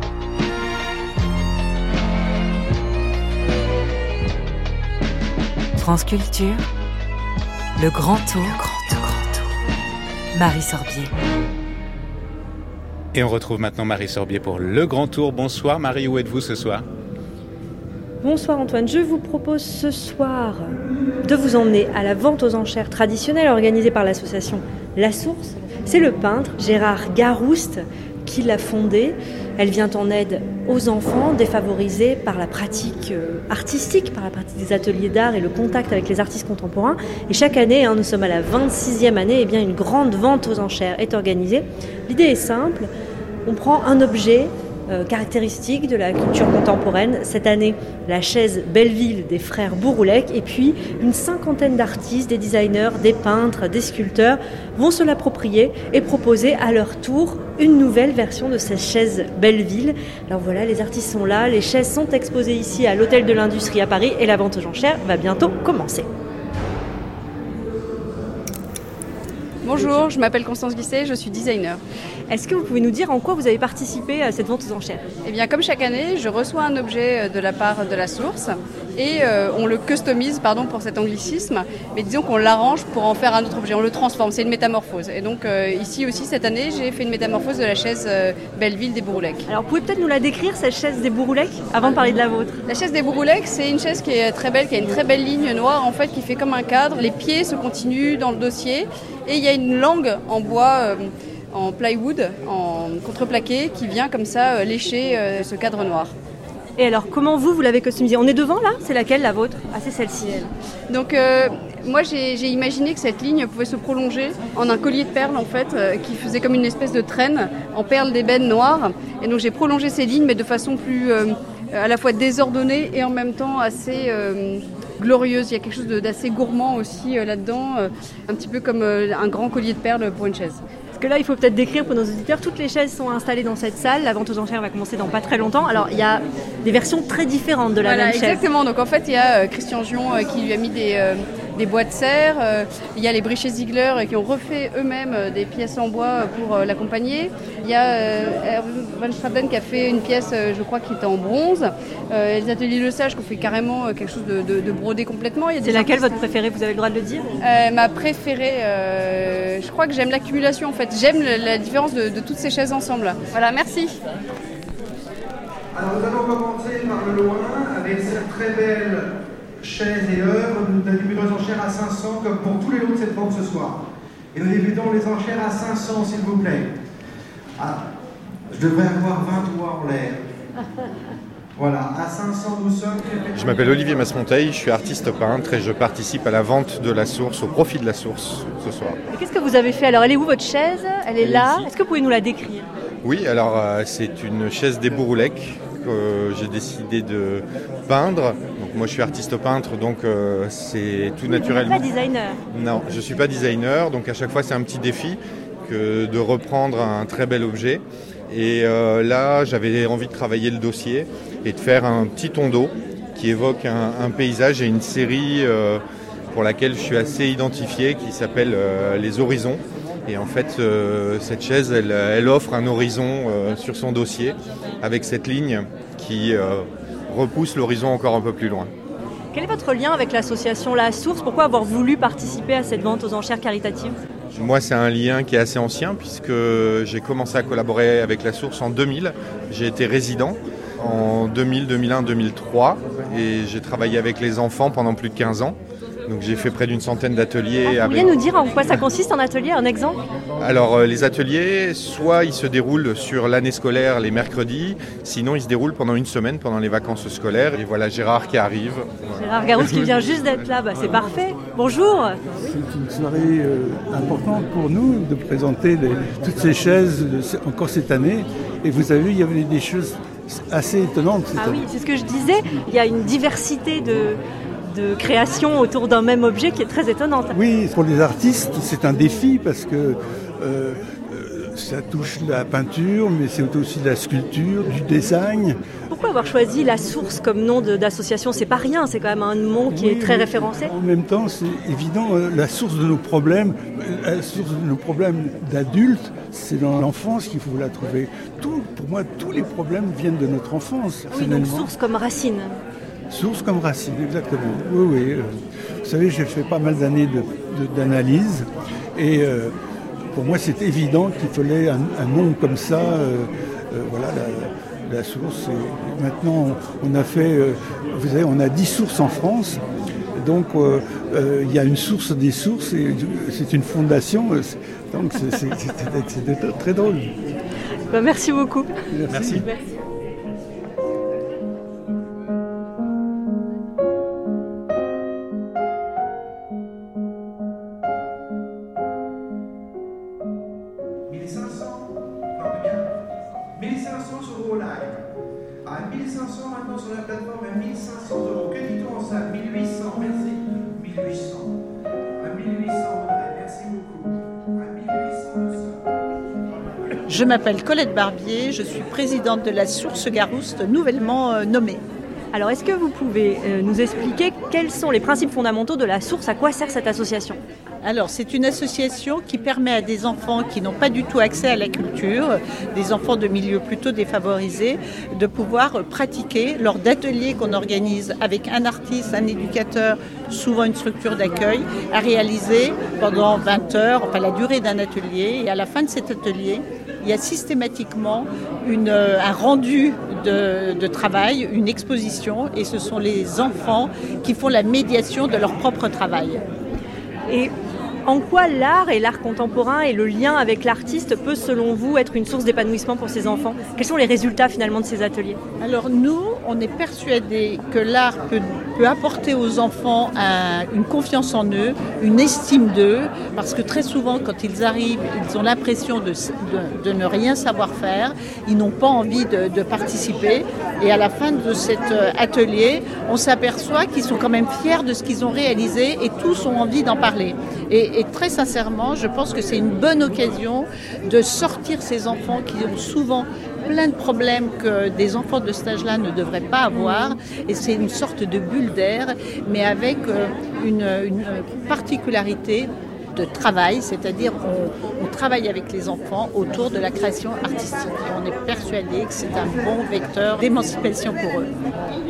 France Culture, le grand tour. Marie Sorbier. Et on retrouve maintenant Marie Sorbier pour le grand tour. Bonsoir Marie, où êtes-vous ce soir ? Bonsoir Antoine, je vous propose ce soir de vous emmener à la vente aux enchères traditionnelle organisée par l'association La Source. C'est le peintre Gérard Garouste qui l'a fondée. Elle vient en aide aux enfants défavorisés par la pratique artistique, par la pratique des ateliers d'art et le contact avec les artistes contemporains. Et chaque année, nous sommes à la 26e année, une grande vente aux enchères est organisée. L'idée est simple, on prend un objet caractéristique de la culture contemporaine. Cette année, la chaise Belleville des frères Bouroulec et puis une cinquantaine d'artistes, des designers, des peintres, des sculpteurs vont se l'approprier et proposer à leur tour une nouvelle version de cette chaise Belleville. Alors voilà, les artistes sont là, les chaises sont exposées ici à l'Hôtel de l'Industrie à Paris et la vente aux enchères va bientôt commencer. Bonjour, je m'appelle Constance Guisset, je suis designer. Est-ce que vous pouvez nous dire en quoi vous avez participé à cette vente aux enchères ? Eh bien, comme chaque année, je reçois un objet de la part de La Source et on le customise, pour cet anglicisme, mais disons qu'on l'arrange pour en faire un autre objet, on le transforme, c'est une métamorphose. Et donc ici aussi, cette année, j'ai fait une métamorphose de la chaise Belleville des Bouroulec. Alors, vous pouvez peut-être nous la décrire, cette chaise des Bouroulec, avant de parler de la vôtre ? La chaise des Bouroulec, c'est une chaise qui est très belle, qui a une très belle ligne noire, en fait, qui fait comme un cadre. Les pieds se continuent dans le dossier et il y a une langue en bois, en plywood, en contreplaqué, qui vient comme ça lécher ce cadre noir. Et alors, comment vous l'avez customisé ? On est devant là ? C'est laquelle, la vôtre ? Ah, c'est celle-ci, elle. Donc, moi, j'ai imaginé que cette ligne pouvait se prolonger en un collier de perles, en fait, qui faisait comme une espèce de traîne en perles d'ébène noires. Et donc, j'ai prolongé ces lignes, mais de façon plus à la fois désordonnée et en même temps assez glorieuse. Il y a quelque chose d'assez gourmand aussi là-dedans, un petit peu comme un grand collier de perles pour une chaise. Parce que là, il faut peut-être décrire pour nos auditeurs, toutes les chaises sont installées dans cette salle. La vente aux enchères va commencer dans pas très longtemps. Alors, il y a des versions très différentes de la même chaise. Exactement. Donc, en fait, il y a Christian Gion qui lui a mis des bois de serre. Il y a les Brichet Ziegler qui ont refait eux-mêmes des pièces en bois pour l'accompagner. Il y a Hervé Van Straten qui a fait une pièce, je crois, qui était en bronze. Les ateliers Le Sage qui ont fait carrément quelque chose de brodé complètement. C'est laquelle votre préférée ? Vous avez le droit de le dire ? Ma préférée, je crois que j'aime l'accumulation en fait. J'aime la différence de toutes ces chaises ensemble. Voilà, merci. Alors nous allons commencer par le loin avec cette très belle chaise et œuvre. Nous débutons les enchères à 500 comme pour tous les lots de cette vente ce soir. Et nous débutons les enchères à 500 s'il vous plaît. Ah, je devrais avoir 20 doigts en l'air. Voilà, à 500 nous sommes. Je m'appelle Olivier Masmonteil, je suis artiste peintre et je participe à la vente de La Source, au profit de La Source ce soir. Et qu'est-ce que vous avez fait ? Alors, elle est où votre chaise ? Elle est là. Est-ce que vous pouvez nous la décrire ? Oui, alors c'est une chaise des Bouroulec que j'ai décidé de peindre. Donc moi je suis artiste peintre, donc c'est tout naturellement. Vous n'êtes pas designer ? Non, je ne suis pas designer, donc à chaque fois c'est un petit défi que de reprendre un très bel objet. Et là j'avais envie de travailler le dossier et de faire un petit tondo qui évoque un paysage et une série pour laquelle je suis assez identifié qui s'appelle Les Horizons. Et en fait, cette chaise, elle offre un horizon sur son dossier avec cette ligne qui repousse l'horizon encore un peu plus loin. Quel est votre lien avec l'association La Source ? Pourquoi avoir voulu participer à cette vente aux enchères caritatives ? Moi, c'est un lien qui est assez ancien puisque j'ai commencé à collaborer avec La Source en 2000. J'ai été résident en 2000, 2001, 2003 et j'ai travaillé avec les enfants pendant plus de 15 ans. Donc j'ai fait près d'une centaine d'ateliers. Vous pourriez nous dire en quoi ça consiste un atelier, un exemple ? Alors les ateliers, soit ils se déroulent sur l'année scolaire les mercredis, sinon ils se déroulent pendant une semaine, pendant les vacances scolaires. Et voilà Gérard qui arrive. Gérard Garouste qui vient juste d'être là, c'est parfait. Bonjour. C'est une soirée importante pour nous de présenter toutes ces chaises encore cette année. Et vous avez vu, il y avait des choses assez étonnantes cette année. Oui, c'est ce que je disais. Il y a une diversité de création autour d'un même objet qui est très étonnante. Oui, pour les artistes, c'est un défi parce que ça touche la peinture, mais c'est aussi de la sculpture, du design. Pourquoi avoir choisi La Source comme nom d'association ? C'est pas rien, c'est quand même un nom qui est très référencé. En même temps, c'est évident, la source de nos problèmes d'adultes, c'est dans l'enfance qu'il faut la trouver. Pour moi, tous les problèmes viennent de notre enfance. Oui, donc source comme racine. Source comme racine, exactement. Oui. Vous savez, j'ai fait pas mal d'années d'analyse et pour moi, c'est évident qu'il fallait un nom comme ça. Voilà, la source. Et maintenant, on a fait, vous savez, on a 10 sources en France. Donc, il y a une source des sources et c'est une fondation. Donc, c'est très drôle. Merci beaucoup. Merci. Je m'appelle Colette Barbier, je suis présidente de La Source Garouste, nouvellement nommée. Alors, est-ce que vous pouvez nous expliquer quels sont les principes fondamentaux de La Source ? À quoi sert cette association ? Alors, c'est une association qui permet à des enfants qui n'ont pas du tout accès à la culture, des enfants de milieux plutôt défavorisés, de pouvoir pratiquer lors d'ateliers qu'on organise avec un artiste, un éducateur, souvent une structure d'accueil, à réaliser pendant 20 heures, enfin la durée d'un atelier. Et à la fin de cet atelier, il y a systématiquement un rendu de travail, une exposition, et ce sont les enfants qui font la médiation de leur propre travail. Et en quoi l'art et l'art contemporain et le lien avec l'artiste peut, selon vous, être une source d'épanouissement pour ces enfants ? Quels sont les résultats finalement de ces ateliers ? Alors nous, on est persuadés que l'art peut apporter aux enfants une confiance en eux, une estime d'eux, parce que très souvent, quand ils arrivent, ils ont l'impression de ne rien savoir faire, ils n'ont pas envie de participer, et à la fin de cet atelier, on s'aperçoit qu'ils sont quand même fiers de ce qu'ils ont réalisé et tous ont envie d'en parler. Et très sincèrement, je pense que c'est une bonne occasion de sortir ces enfants qui ont souvent plein de problèmes que des enfants de cet âge-là ne devraient pas avoir. Et c'est une sorte de bulle d'air, mais avec une particularité de travail, c'est-à-dire on travaille avec les enfants autour de la création artistique. Et on est persuadé que c'est un bon vecteur d'émancipation pour eux.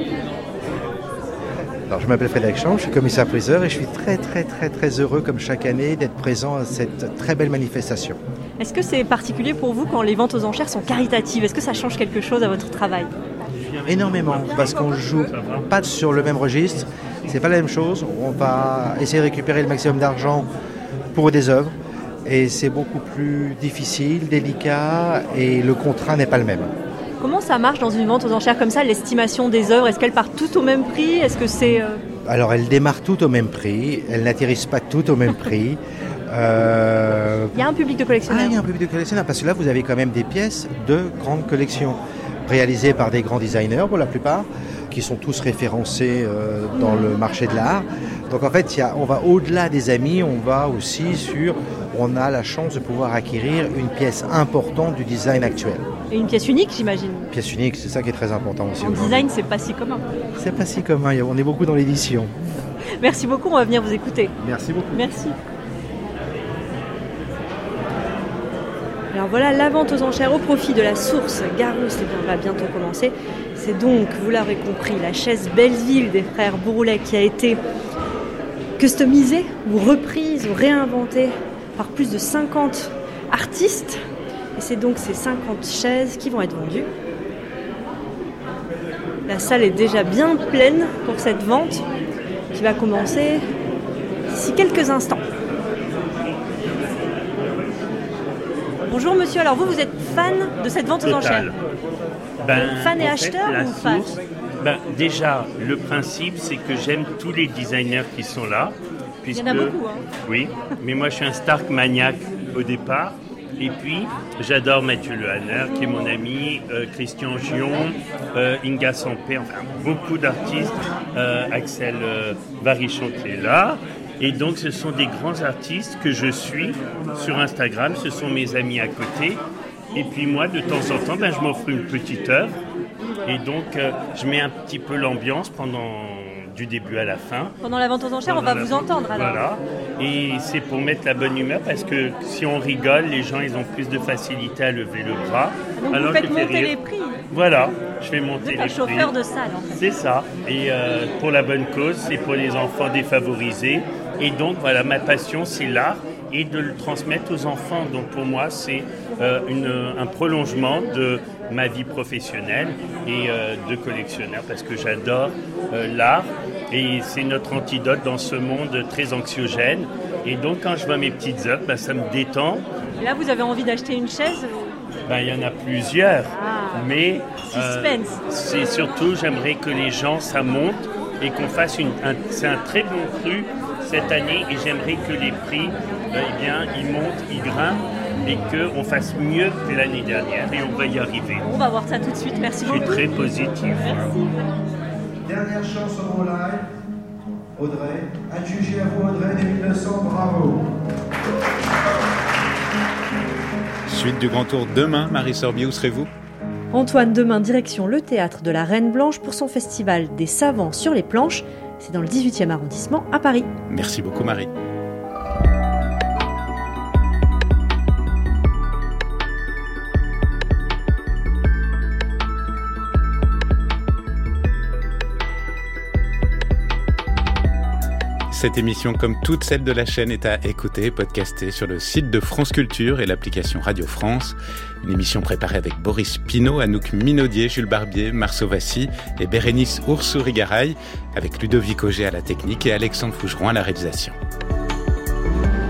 Alors, je m'appelle Frédéric Champ, je suis commissaire-priseur et je suis très heureux, comme chaque année, d'être présent à cette très belle manifestation. Est-ce que c'est particulier pour vous quand les ventes aux enchères sont caritatives ? Est-ce que ça change quelque chose à votre travail ? Énormément, parce qu'on ne joue pas sur le même registre, c'est pas la même chose. On va essayer de récupérer le maximum d'argent pour des œuvres et c'est beaucoup plus difficile, délicat et le contrat n'est pas le même. Comment ça marche dans une vente aux enchères comme ça, l'estimation des œuvres ? Est-ce qu'elles partent toutes au même prix ? Est-ce que c'est... Alors, elles démarrent toutes au même prix, elles n'atterrissent pas toutes au même prix. Il y a un public de collectionneurs. Il y a un public de collectionneurs, parce que là, vous avez quand même des pièces de grande collection, réalisées par des grands designers pour la plupart, qui sont tous référencés dans le marché de l'art. Donc en fait, on va au-delà des amis, on va aussi on a la chance de pouvoir acquérir une pièce importante du design actuel. Et une pièce unique, j'imagine. Une pièce unique, c'est ça qui est très important aussi. En design, c'est pas si commun. C'est pas si commun, on est beaucoup dans l'édition. Merci beaucoup, on va venir vous écouter. Merci beaucoup. Merci. Alors voilà, la vente aux enchères au profit de La Source Garouste va bientôt commencer. C'est donc, vous l'aurez compris, la chaise Belleville des frères Bouroulet qui a été customisée ou reprise ou réinventée par plus de 50 artistes. Et c'est donc ces 50 chaises qui vont être vendues. La salle est déjà bien pleine pour cette vente qui va commencer d'ici quelques instants. Bonjour monsieur, alors vous êtes fan de cette vente aux enchères? Fan et acheteur ou fan? Déjà, le principe, c'est que j'aime tous les designers qui sont là. Il y en a beaucoup, hein? Oui, mais moi je suis un Stark maniaque au départ. Et puis, j'adore Mathieu Lehanner, qui est mon ami, Christian Gion, Inga Sampé, enfin beaucoup d'artistes, Axel Varichon qui est là. Et donc, ce sont des grands artistes que je suis sur Instagram, ce sont mes amis à côté. Et puis moi, de temps en temps, je m'offre une petite œuvre. Et donc, je mets un petit peu l'ambiance du début à la fin. Pendant la vente aux enchères, on va vous entendre alors. Voilà. Et c'est pour mettre la bonne humeur, parce que si on rigole, les gens ils ont plus de facilité à lever le bras. Donc alors vous faites monter les prix. Voilà, je fais monter les prix. Vous êtes un chauffeur de salle en fait. C'est ça. Et pour la bonne cause, c'est pour les enfants défavorisés. Et donc voilà, ma passion c'est l'art et de le transmettre aux enfants. Donc pour moi, c'est un prolongement de ma vie professionnelle et de collectionneur, parce que j'adore l'art et c'est notre antidote dans ce monde très anxiogène. Et donc quand je vois mes petites œuvres, ça me détend. Et là, vous avez envie d'acheter une chaise? Il y en a plusieurs, mais suspense. C'est surtout, j'aimerais que les gens, ça monte et qu'on fasse c'est un très bon cru cette année, et j'aimerais que les prix, ils montent, ils grimpent, et qu'on fasse mieux que l'année dernière, et on va y arriver. On va voir ça tout de suite, merci beaucoup. Je suis très positif. Merci. Dernière chanson en live, Audrey. Adjugé à vous, Audrey, des 1900, bravo. Suite du Grand Tour demain, Marie Sorbier, où serez-vous? Antoine, demain, direction le théâtre de la Reine Blanche pour son festival des savants sur les planches. C'est dans le 18e arrondissement à Paris. Merci beaucoup Marie. Cette émission, comme toutes celles de la chaîne, est à écouter et podcaster sur le site de France Culture et l'application Radio France. Une émission préparée avec Boris Pinault, Anouk Minaudier, Jules Barbier, Marceau Vassy et Bérénice Oursouri-Garay, avec Ludovic Auger à la technique et Alexandre Fougeron à la réalisation.